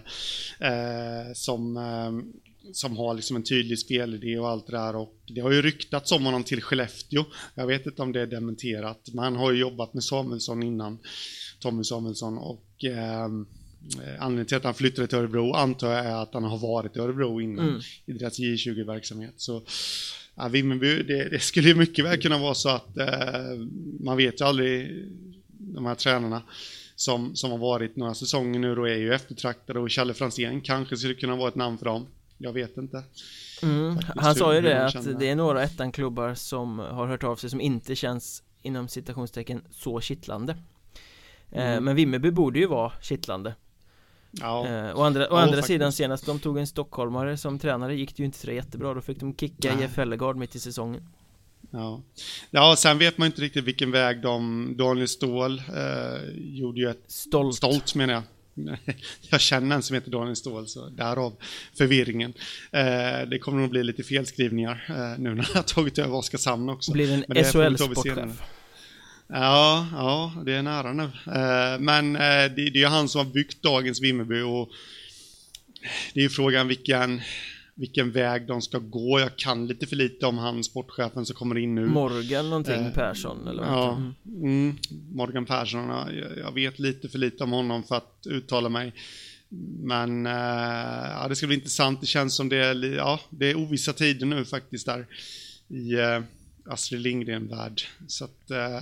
eh, som, eh, som har liksom en tydlig spelidé och allt det där. Och det har ju ryktats om honom till Skellefteå. Jag vet inte om det är dementerat, men han har ju jobbat med Samuelsson innan, Tommy Samuelsson, och eh, anledningen till att han flyttade till Örebro antar jag är att han har varit i Örebro innan mm. i deras J tjugo-verksamhet. Så ja, Vimmerby, det, det skulle ju mycket väl kunna vara så att eh, man vet ju aldrig, de här tränarna som, som har varit några säsonger nu och är ju eftertraktade, och Challe Franzén kanske skulle kunna vara ett namn för dem. Jag vet inte. Mm. Han sa ju det att känner. Det är några ettan-klubbar som har hört av sig som inte känns inom citationstecken så kittlande. Mm. Eh, men Vimmerby borde ju vara kittlande. Ja. Eh, och andra, å andra oh, sidan senast de tog en stockholmare som tränare gick det ju inte så jättebra. Då fick de kicka Jeff Hellegard mitt i säsongen. Ja. Ja, sen vet man inte riktigt vilken väg de, Daniel Ståhl eh, gjorde ju ett stolt, stolt menar jag. Jag känner en som heter Daniel Ståhl, så därav förvirringen. Eh, det kommer nog bli lite felskrivningar eh, nu när jag har tagit över Oskarshamn också. Blir det en S H L-sportchef? Ja, ja, det är nära nu. Eh, men eh, det, det är ju han som har byggt dagens Vimmerby, och det är ju frågan vilken, vilken väg de ska gå. Jag kan lite för lite om han sportchefen som kommer in nu. Morgan någonting, eh, Persson eller vad? Ja, mm, Morgan Persson. Jag, jag vet lite för lite om honom för att uttala mig. Men eh, ja, det ska bli intressant. Det känns som det är, ja, det är ovissa tider nu faktiskt där i eh, Astrid Lindgren-värld. Så att eh,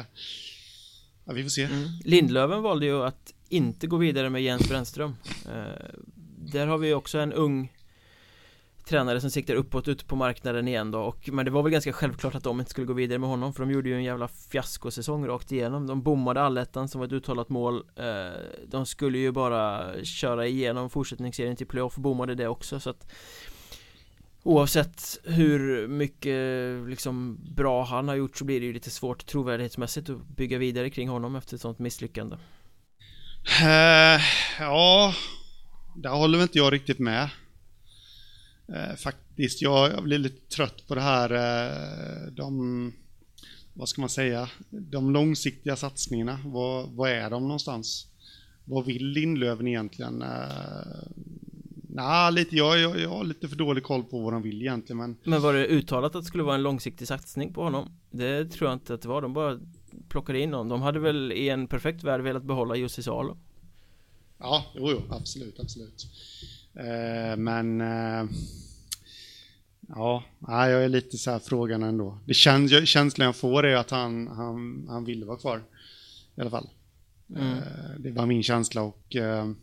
ja, vi får se. Mm. Lindlöven valde ju att inte gå vidare med Jens Brännström. Eh, där har vi också en ung tränare som siktar uppåt ute på marknaden igen då. Och, men det var väl ganska självklart att de inte skulle gå vidare med honom, för de gjorde ju en jävla fiaskosäsong rakt igenom. De bommade allettan som var ett uttalat mål. eh, De skulle ju bara köra igenom fortsättningsserien till playoff och bommade det också, så att oavsett hur mycket liksom bra han har gjort så blir det ju lite svårt trovärdighetsmässigt att bygga vidare kring honom efter ett sånt misslyckande. Uh, ja, där håller väl inte jag riktigt med. Uh, faktiskt, jag, jag blir lite trött på det här. Uh, de, vad ska man säga? De långsiktiga satsningarna. Vad, vad är de någonstans? Vad vill Lindlöven egentligen? Uh, Nej, lite, jag, jag, jag har lite för dålig koll på vad de vill egentligen. Men, men var det uttalat att det skulle vara en långsiktig satsning på honom? Det tror jag inte att det var. De bara plockade in honom. De hade väl i en perfekt värld velat behålla Jussi Salo. Ja, jo, jo, absolut, absolut. Eh, men eh, ja, jag är lite så här frågan ändå. Det känns, känslan jag får är att han, han, han ville vara kvar i alla fall. Mm. Eh, det var min känsla och eh,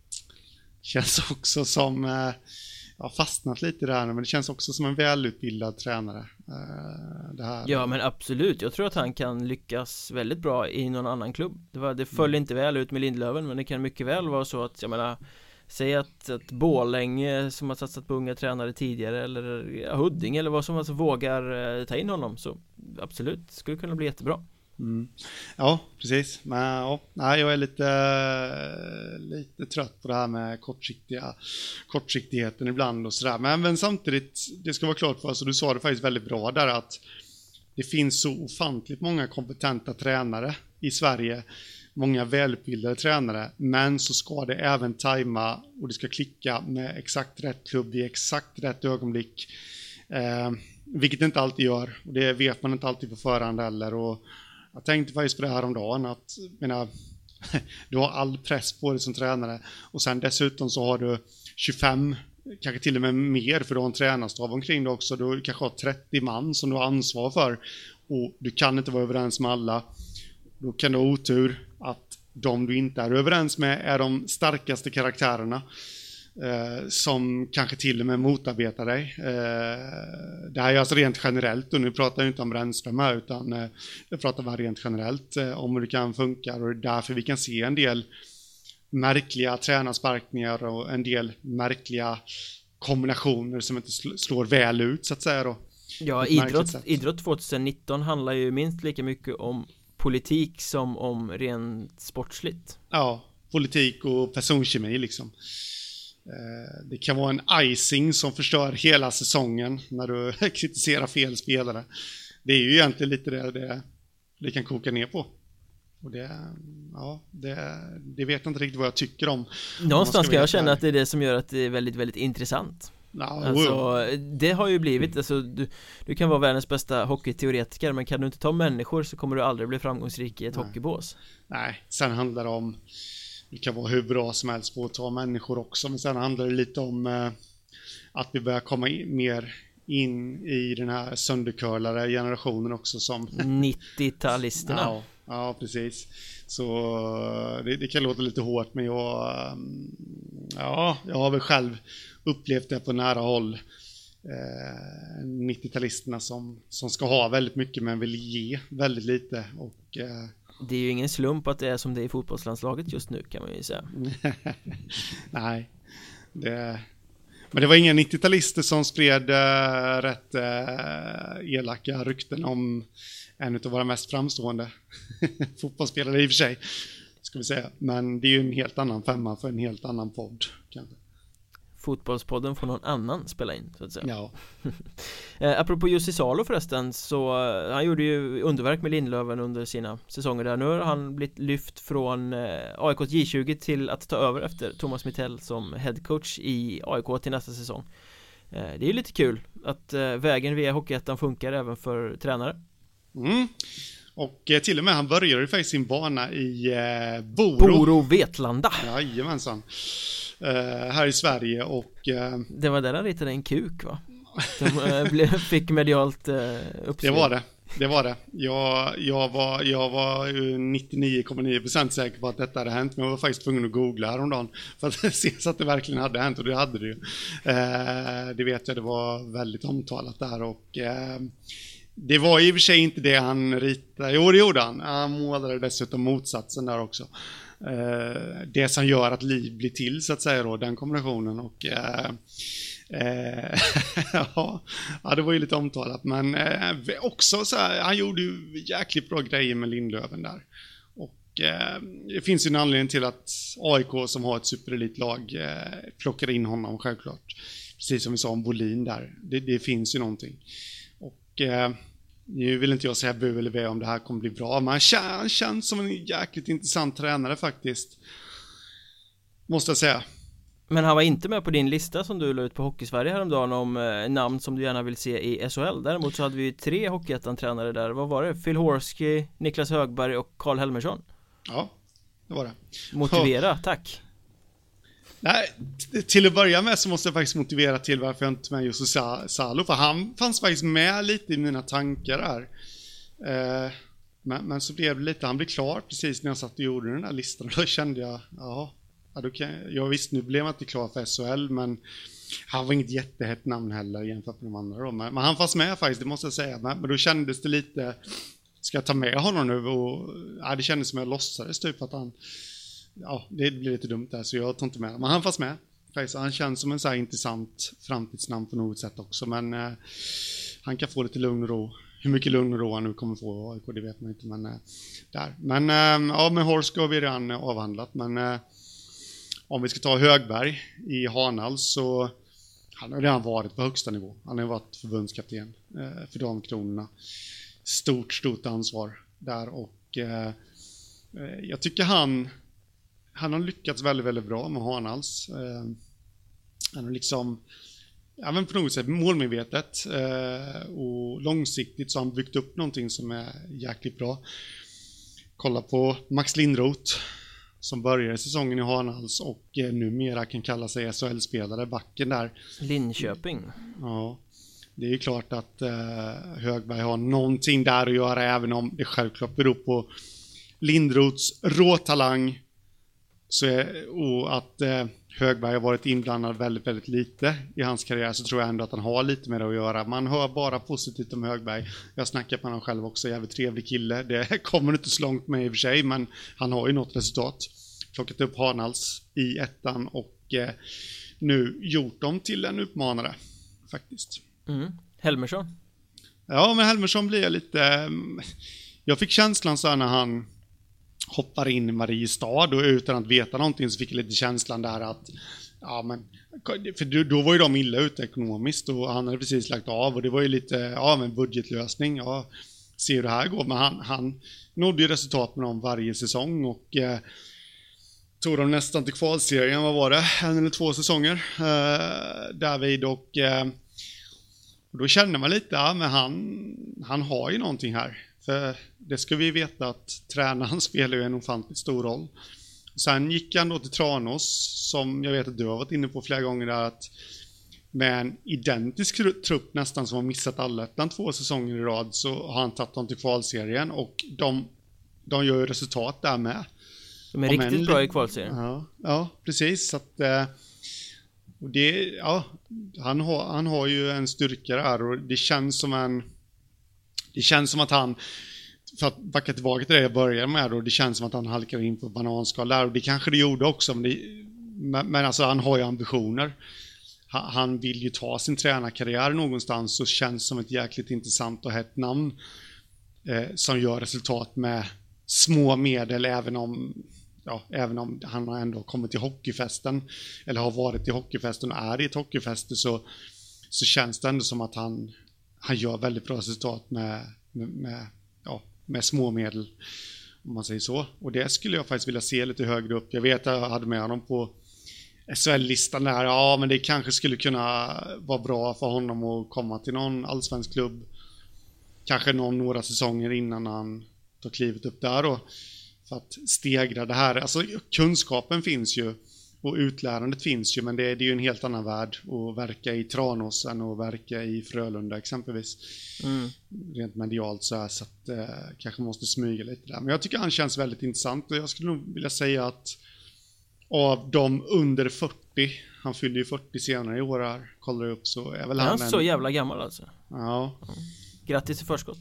känns också som eh, jag har fastnat lite där, men det känns också som en välutbildad tränare. Eh, det här. Ja, men absolut. Jag tror att han kan lyckas väldigt bra i någon annan klubb. Det, var, det föll mm. inte väl ut med Lindlöven, men det kan mycket väl vara så att, jag menar, säg att, att Borlänge som har satsat på unga tränare tidigare, eller ja, Huddinge eller vad som alltså vågar eh, ta in honom, så absolut, skulle kunna bli jättebra. Mm. Ja, precis. Men ja, nej, jag är lite lite trött på det här med kortsiktiga kortsiktigheten ibland och sådär. Men, men samtidigt, det ska vara klart för oss, och du sa det faktiskt väldigt bra där, att det finns så ofantligt många kompetenta tränare i Sverige, många välutbildade tränare, men så ska det även tajma och det ska klicka med exakt rätt klubb i exakt rätt ögonblick, eh, vilket det inte alltid gör, och det vet man inte alltid på förhand heller. Och jag tänkte faktiskt på det här om dagen, att menar, du har all press på dig som tränare, och sen dessutom så har du tjugofem, kanske till och med mer, för du har en tränarstav omkring dig också. Du kanske har trettio man som du har ansvar för, och du kan inte vara överens med alla. Då kan du ha otur att de du inte är överens med är de starkaste karaktärerna, eh, som kanske till och med motarbetar dig. Eh, det här är alltså rent generellt, och nu pratar jag inte om Brännström här, utan eh, jag pratar bara rent generellt eh, om hur det kan funka, och det är därför vi kan se en del märkliga tränarsparkningar och en del märkliga kombinationer som inte slår väl ut, så att säga då. Ja, idrott, idrott tjugonitton handlar ju minst lika mycket om politik som om rent sportsligt. Ja, politik och personkemi liksom. Det kan vara en icing som förstör hela säsongen när du kritiserar fel spelare. Det är ju egentligen lite det det, det kan koka ner på. Och det, ja, det, det vet jag inte riktigt vad jag tycker om. Någonstans ska jag känna att det är det som gör att det är väldigt, väldigt intressant. No, alltså, det har ju blivit, alltså, du, du kan vara världens bästa hockeyteoretiker, men kan du inte ta människor så kommer du aldrig bli framgångsrik i ett Nej. hockeybås. Nej, sen handlar det om, det kan vara hur bra som helst på att ta människor också, men sen handlar det lite om eh, att vi börjar komma in, mer in i den här söndercurlade generationen också, som nittio-talisterna. Ja, ja, precis. Så det, det kan låta lite hårt, men jag, ja, jag har väl själv upplevt det på nära håll. Eh, nittio-talisterna som, som ska ha väldigt mycket men vill ge väldigt lite. Och, eh... det är ju ingen slump att det är som det är i fotbollslandslaget just nu, kan man ju säga. Nej, det... Men det var inga nittio-talister som spred äh, rätt äh, elaka rykten om en av våra mest framstående fotbollsspelare i och för sig, ska vi säga. Men det är ju en helt annan femma för en helt annan podd, kanske. Fotbollspodden får någon annan spela in, så att säga. Ja. eh, apropå Jussi Salo förresten, så eh, han gjorde ju underverk med Lindlöven under sina säsonger där. Nu har han blivit lyft från eh, A I K J tjugo till att ta över efter Thomas Mittell som headcoach i A I K till nästa säsong. eh, Det är ju lite kul att eh, vägen via Hockeyettan funkar även för tränare. Mm. Och eh, till och med han började faktiskt sin bana i eh, Boro Boro Vetlanda. Jajamensan. Uh, här i Sverige, och uh, det var där han ritade en kuk, va? De uh, blev, fick medialt uh, uppsving. Det var det. det var det. Jag, jag var, jag var nittionio komma nio procent säker på att detta hade hänt, men jag var faktiskt tvungen att googla häromdagen för att se så att det verkligen hade hänt, och det hade det ju. Eh, det vet jag, det var väldigt omtalat där, och eh, det var i och för sig inte det han ritade. Jo, det gjorde han. Han målade dessutom motsatsen där också. Eh, det som gör att liv blir till, så att säga då, den kombinationen, och eh, Eh, ja, ja, det var ju lite omtalat, men eh, också så här, han gjorde ju jäkligt bra grejer med Lindlöven där, och eh, det finns ju en anledning till att A I K, som har ett superelitlag, eh, plockade in honom, självklart, precis som vi sa om Bolin där. Det, det finns ju någonting, och eh, nu vill inte jag säga bu eller ve om det här kommer bli bra, men han, kän, han känns som en jäkligt intressant tränare faktiskt, måste jag säga. Men han var inte med på din lista som du la ut på Hockeysverige häromdagen om eh, namn som du gärna vill se i S H L. Däremot så hade vi ju tre Hockeyettan-tränare där. Vad var det? Phil Horsky, Niklas Högberg och Karl Helmersson. Ja, det var det. Motivera, och, tack. Nej, till att börja med så måste jag faktiskt motivera till varför jag inte med just Salo, för han fanns faktiskt med lite i mina tankar där. Eh, men, men så blev det lite, han blev klar precis när jag satt och gjorde den här listan, och då kände jag, ja, ja då kan, jag visst, nu blev han inte klar för S H L, men han var inget jättehett namn heller jämfört med de andra då. Men, men han fanns med faktiskt, det måste jag säga. Men, men då kändes det lite, ska jag ta med honom nu? Och, ja, det kändes som jag låtsades typ att han, ja, det blir lite dumt där, så jag tar inte med. Men han fanns med faktiskt, han känns som en så här intressant framtidsnamn på något sätt också. Men eh, han kan få lite lugn och ro. Hur mycket lugn och ro han nu kommer få A I K, det vet man inte, men eh, där. Men eh, ja, med Horsk har vi redan avhandlat, men eh, om vi ska ta Högberg i Hanals, så han har redan varit på högsta nivå. Han har varit förbundskapten eh, för Damkronorna. Stort, stort ansvar där, och eh, jag tycker han han har lyckats väldigt, väldigt bra med Hanals. Eh, han har liksom, även på något sätt målmedvetet eh, och långsiktigt, så har han byggt upp någonting som är jäkligt bra. Kolla på Max Lindroth, som började säsongen i Hanals och eh, numera kan kalla sig S H L-spelare, backen där. Linköping. Ja, det är ju klart att eh, Högberg har någonting där att göra, även om det självklart beror på Lindroths råtalang, så är, och att eh, Högberg har varit inblandad väldigt, väldigt lite i hans karriär, så tror jag ändå att han har lite med det att göra. Man hör bara positivt om Högberg. Jag snackar på honom själv också, jävligt trevlig kille. Det kommer inte så långt med i och för sig, men han har ju något resultat. Plockat upp Hanals i ettan och eh, nu gjort dem till en utmanare faktiskt. Mm. Helmersson? Ja, men Helmersson blir jag lite... Jag fick känslan så här när han hoppar in i Mariestad, och utan att veta någonting så fick jag lite känslan där att ja, men för då var ju de illa ute ekonomiskt, och han hade precis lagt av, och det var ju lite, ja, men budgetlösning, ja, ser hur det här går, men han, han nådde ju resultat med dem varje säsong, och eh, tog de nästan till kvalserien, vad var det, en eller två säsonger eh, därvid, och eh, då kände man lite, ja, men han, han har ju någonting här. För det ska vi veta att tränaren spelar ju en ofantligt stor roll. Sen gick han då till Tranås, som jag vet att du har varit inne på flera gånger där, att med en identisk trupp nästan som har missat allettan två säsonger i rad, så har han tagit dem till kvalserien, och de, de gör ju resultat där med. De är riktigt bra i kvalserien. Ja, ja, precis. Så att, och det, ja, han, har, han har ju en styrka där, och det känns som en Det känns som att han, för att backa tillbaka till det jag började med då, det känns som att han halkar in på bananskal där, och det kanske det gjorde också, men, det, men alltså han har ju ambitioner. Han, han vill ju ta sin tränarkarriär någonstans, och känns som ett jäkligt intressant och hett namn eh, som gör resultat med små medel, även om, ja, även om han har ändå kommit till hockeyfesten, eller har varit i hockeyfesten och är i ett hockeyfester, så, så känns det ändå som att han Han gör väldigt bra resultat med, med, med, ja, med små medel, om man säger så. Och det skulle jag faktiskt vilja se lite högre upp. Jag vet att jag hade med honom på S H L-listan där. Ja, men det kanske skulle kunna vara bra för honom att komma till någon allsvensk klubb. Kanske någon, några säsonger innan han tar klivet upp där då. För att stegra det här. Alltså kunskapen finns ju. och utlärandet finns ju, men det, det är ju en helt annan värld att verka i Tranås än att verka i Frölunda exempelvis. Mm. Rent medialt så är så att eh, kanske måste smyga lite där. Men jag tycker han känns väldigt intressant och jag skulle nog vilja säga att av de under fyrtio, han fyllde ju fyrtio senare i år här, kollar upp, så är väl är han, han en... så jävla gammal alltså. Ja. Mm. Grattis i förskott.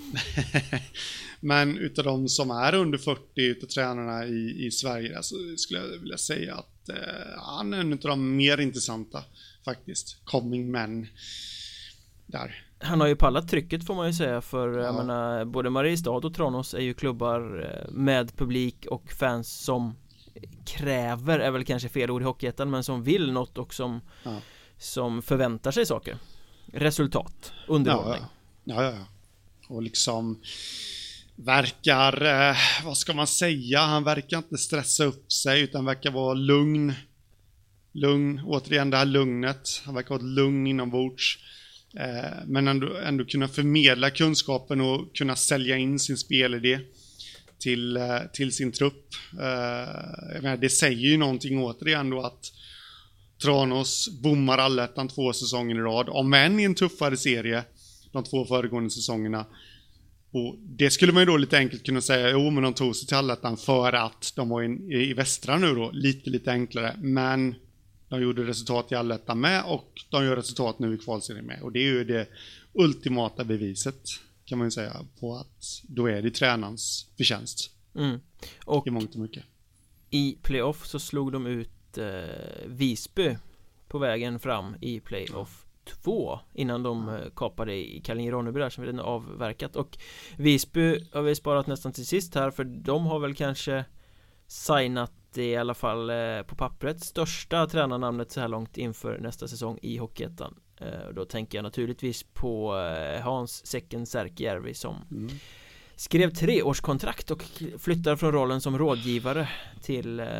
Men utav de som är under fyrtio utav tränarna i, i Sverige så skulle jag vilja säga att eh, han är en utav de mer intressanta faktiskt. Coming men där. Han har ju pallat trycket får man ju säga, för ja. jag menar, både Mariestad och Tranås är ju klubbar med publik och fans som kräver, är väl kanske fel ord i Hockeyettan, men som vill något och som, ja. som förväntar sig saker. Resultat, underhållning. Ja, ja, ja. ja, ja. Och liksom verkar, eh, vad ska man säga, han verkar inte stressa upp sig utan verkar vara lugn. Lugn, återigen det här lugnet. Han verkar ha ett lugn inombords. Eh, men ändå, ändå kunna förmedla kunskapen och kunna sälja in sin spelidé till, eh, till sin trupp. Eh, jag menar, det säger ju någonting återigen då att Tranås bommar allettan två säsonger i rad, om än i en tuffare serie de två föregående säsongerna. Och det skulle man ju då lite enkelt kunna säga, jo men de tog sig till allettan för att de var in, i västra nu då, lite lite enklare, men de gjorde resultat i allettan med och de gör resultat nu i kvalserien med, och det är ju det ultimata beviset kan man ju säga på att då är det tränarens förtjänst. Mm. Och i mångt och mycket. I playoff så slog de ut eh, Visby på vägen fram i playoff två innan de eh, kapade i Kallinge-Ronneby där som vi redan avverkat, och Visby har vi sparat nästan till sist här, för de har väl kanske signat i alla fall eh, på pappret största tränarnamnet så här långt inför nästa säsong i Hockeyettan. Eh, då tänker jag naturligtvis på eh, Hans Säcken Särkijärvi som mm. skrev treårskontrakt och flyttar från rollen som rådgivare till eh,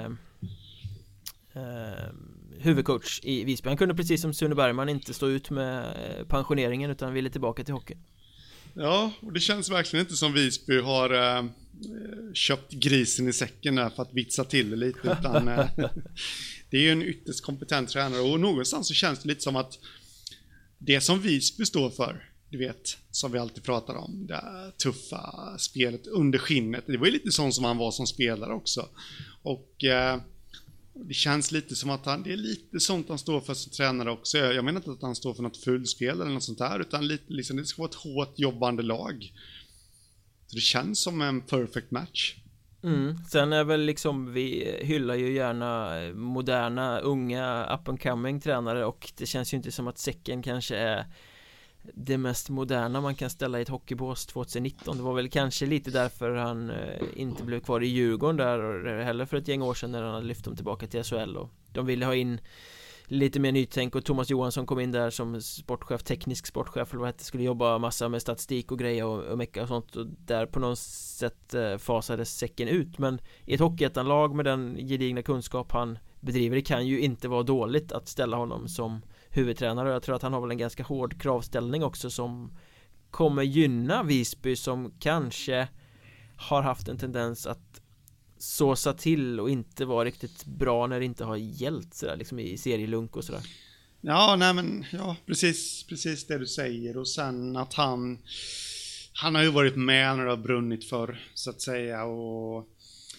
eh, huvudcoach i Visby. Han kunde precis som Sune Bergman inte stå ut med pensioneringen utan ville tillbaka till hockey. Ja, och det känns verkligen inte som Visby har eh, köpt grisen i säcken där för att vitsa till det lite, utan eh, det är ju en ytterst kompetent tränare, och någonstans så känns det lite som att det som Visby står för, du vet, som vi alltid pratar om, det tuffa spelet under skinnet, det var ju lite sånt som han var som spelare också, och eh, det känns lite som att han, det är lite sånt han står för som tränare också. Jag menar inte att han står för något fullspel eller något sånt där, utan lite, liksom, det ska vara ett hårt jobbande lag. Så det känns som en perfect match. Mm. Sen är väl liksom, vi hyllar ju gärna moderna, unga, up and coming tränare, och det känns ju inte som att Säcken kanske är det mest moderna man kan ställa i ett hockeybås tjugonitton. Det var väl kanske lite därför han eh, inte blev kvar i Djurgården där heller för ett gäng år sedan, när han hade lyft dem tillbaka till S H L, och de ville ha in lite mer nytänk, och Thomas Johansson kom in där som sportchef, teknisk sportchef eller vad det skulle jobba massa med statistik och grejer och, och mecka och sånt, och där på något sätt eh, fasades Säcken ut. Men i ett hockeyettanlag med den gedigna kunskap han bedriver, det kan ju inte vara dåligt att ställa honom som huvudtränare, och jag tror att han har väl en ganska hård kravställning också som kommer gynna Visby, som kanske har haft en tendens att såsa till och inte vara riktigt bra när det inte har gällt sådär, liksom i serielunk och sådär. Ja, nej men ja, precis, precis det du säger, och sen att han han har ju varit med när det har brunnit för, så att säga, och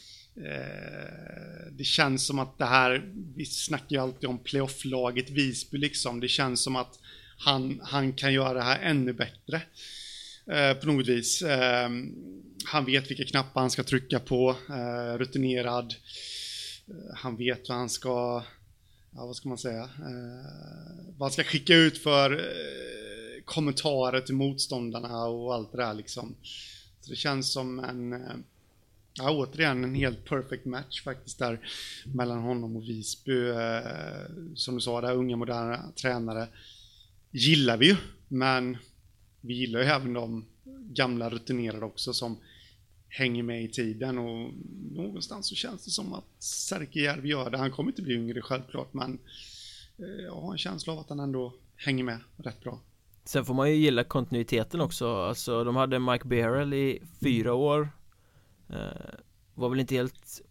det känns som att det här, vi snackar ju alltid om playoff-laget Visby liksom, det känns som att han, han kan göra det här ännu bättre eh, på något vis. Eh, han vet vilka knappar han ska trycka på, eh, rutinerad, eh, han vet vad han ska, ja, vad ska man säga, eh, vad han ska skicka ut för eh, kommentarer till motståndarna och allt det där liksom. Så det känns som en eh, ja, återigen en helt perfect match faktiskt där mellan honom och Visby. Eh, som du sa, där unga moderna tränare gillar vi ju, men vi gillar ju även de gamla rutinerade också som hänger med i tiden, och någonstans så känns det som att Särkijärvi gör det. Han kommer inte bli yngre självklart, men eh, jag har en känsla av att han ändå hänger med rätt bra. Sen får man ju gilla kontinuiteten också. Alltså de hade Mike Behrel i fyra år. Uh, var väl inte helt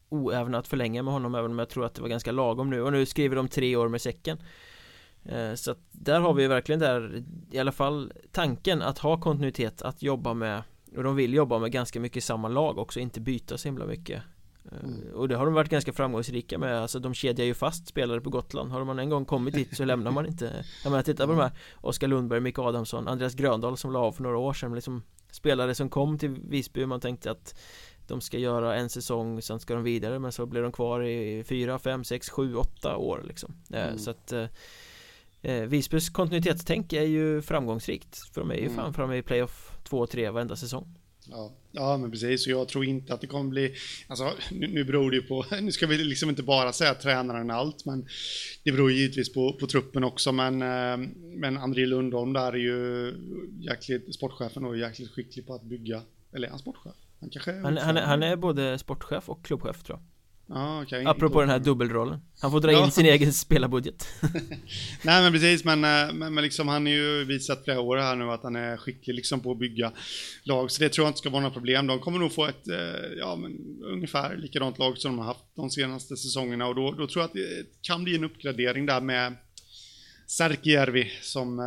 oäven att förlänga med honom, även om jag tror att det var ganska lagom nu. Och nu skriver de tre år med säcken. eh, Så att där har vi verkligen där i alla fall tanken att ha kontinuitet, att jobba med, och de vill jobba med ganska mycket samma lag också, inte byta så himla mycket. Mm. Och det har de varit ganska framgångsrika med. Alltså de kedjar ju fast spelare på Gotland. Har man en gång kommit dit så lämnar man inte. Jag menar, titta på de här Oskar Lundberg, Micke Adamsson, Andreas Gröndahl som la av för några år sedan, liksom spelare som kom till Visby. Man tänkte att de ska göra en säsong, sen ska de vidare, men så blev de kvar i fyra, fem, sex, sju, åtta år liksom. Mm. Så att eh, Visbys kontinuitetstänk är ju framgångsrikt, för de är ju mm. fan framme i playoff två och tre varenda säsong. Ja, ja, men precis, och jag tror inte att det kommer bli, alltså nu, nu beror det ju på, nu ska vi liksom inte bara säga tränaren allt, men det beror ju givetvis på, på truppen också, men, men André Lundholm där är ju jäkligt, sportchefen och jäkligt skicklig på att bygga, eller är han sportchef? Han, kanske är han, han, är, han är både sportchef och klubbchef, tror jag. Ah, okay. Apropå den här dubbelrollen. Han får dra in ja. sin egen spelarbudget. Nej men precis, men, men, men liksom, han är ju visat flera år här nu att han är skicklig liksom på att bygga lag. Så det tror jag inte ska vara några problem. De kommer nog få ett ja, men, ungefär likadant lag som de har haft de senaste säsongerna. Och då, då tror jag att det kan bli en uppgradering där med Särkijärvi som,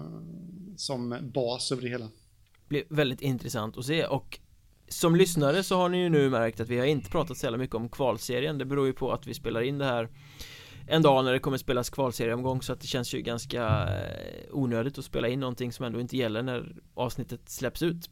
som bas över det hela. Det blir väldigt intressant att se. Och som lyssnare så har ni ju nu märkt att vi har inte pratat så mycket om kvalserien. Det beror ju på att vi spelar in det här en dag när det kommer spelas kvalserieomgång, så att det känns ju ganska onödigt att spela in någonting som ändå inte gäller när avsnittet släpps ut.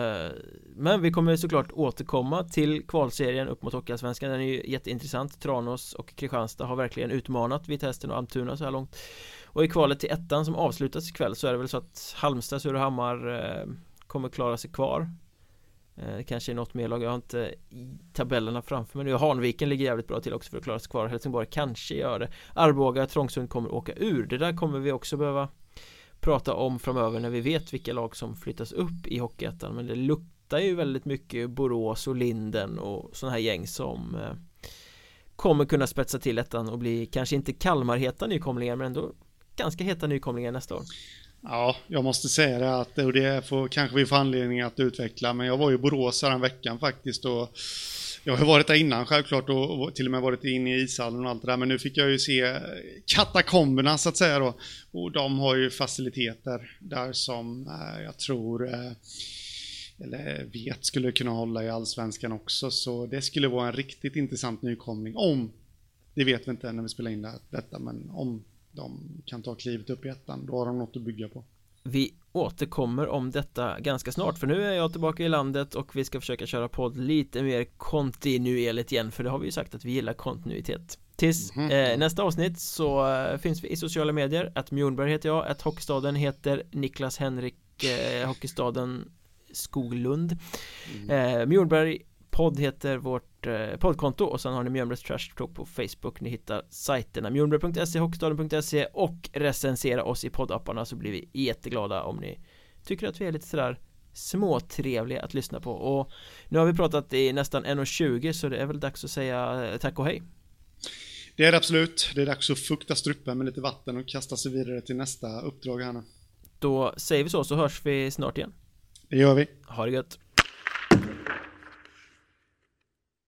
Men vi kommer såklart återkomma till kvalserien upp mot Hockeyallsvenskan. Den är ju jätteintressant. Tranås och Kristianstad har verkligen utmanat Vitesse och Almtuna så här långt. Och i kvalet till ettan som avslutas ikväll så är det väl så att Halmstad, Surahammar kommer klara sig kvar. Eh, kanske är något mer lag, jag har inte tabellerna framför mig nu. Hanviken ligger jävligt bra till också för att klara sig kvar. Helsingborg kanske gör det. Arboga, Trångsund kommer åka ur. Det där kommer vi också behöva prata om framöver när vi vet vilka lag som flyttas upp i Hockeyettan. Men det luktar ju väldigt mycket Borås och Linden och sådana här gäng som eh, kommer kunna spetsa till ettan och bli kanske inte Kalmar-heta nykomlingar, men ändå ganska heta nykomlingar nästa år. Ja, jag måste säga det, att, och det får, kanske vi får anledning att utveckla, men jag var ju i Borås här en veckan faktiskt, och jag har varit där innan självklart och, och till och med varit inne i ishallen och allt det där, men nu fick jag ju se katakomberna så att säga då, och de har ju faciliteter där som eh, jag tror eh, eller vet skulle kunna hålla i Allsvenskan också, så det skulle vara en riktigt intressant nykomling, om, det vet vi inte när vi spelar in det, detta, men om de kan ta klivet upp i ettan, då har de något att bygga på. Vi återkommer om detta ganska snart, för nu är jag tillbaka i landet och vi ska försöka köra podd lite mer kontinuerligt igen, för det har vi ju sagt att vi gillar kontinuitet. Tills mm-hmm. eh, nästa avsnitt så eh, finns vi i sociala medier. Att Mjornberg heter jag, att Hockeystaden heter Niklas Henrik eh, Hockeystaden Skoglund. mm. eh, Mjornberg podd heter vårt eh, poddkonto, och sen har ni Mjölnbergs Trash Talk på Facebook. Ni hittar sajterna mjölnberg punkt se, hockeystaden punkt se, och recensera oss i poddapparna, så blir vi jätteglada om ni tycker att vi är lite sådär småtrevliga att lyssna på. Och nu har vi pratat i nästan en och tjugo, så det är väl dags att säga tack och hej. Det är det absolut. Det är dags att fukta strupen med lite vatten och kasta sig vidare till nästa uppdrag här nu. Då säger vi så, så hörs vi snart igen. Det gör vi. Ha det gött.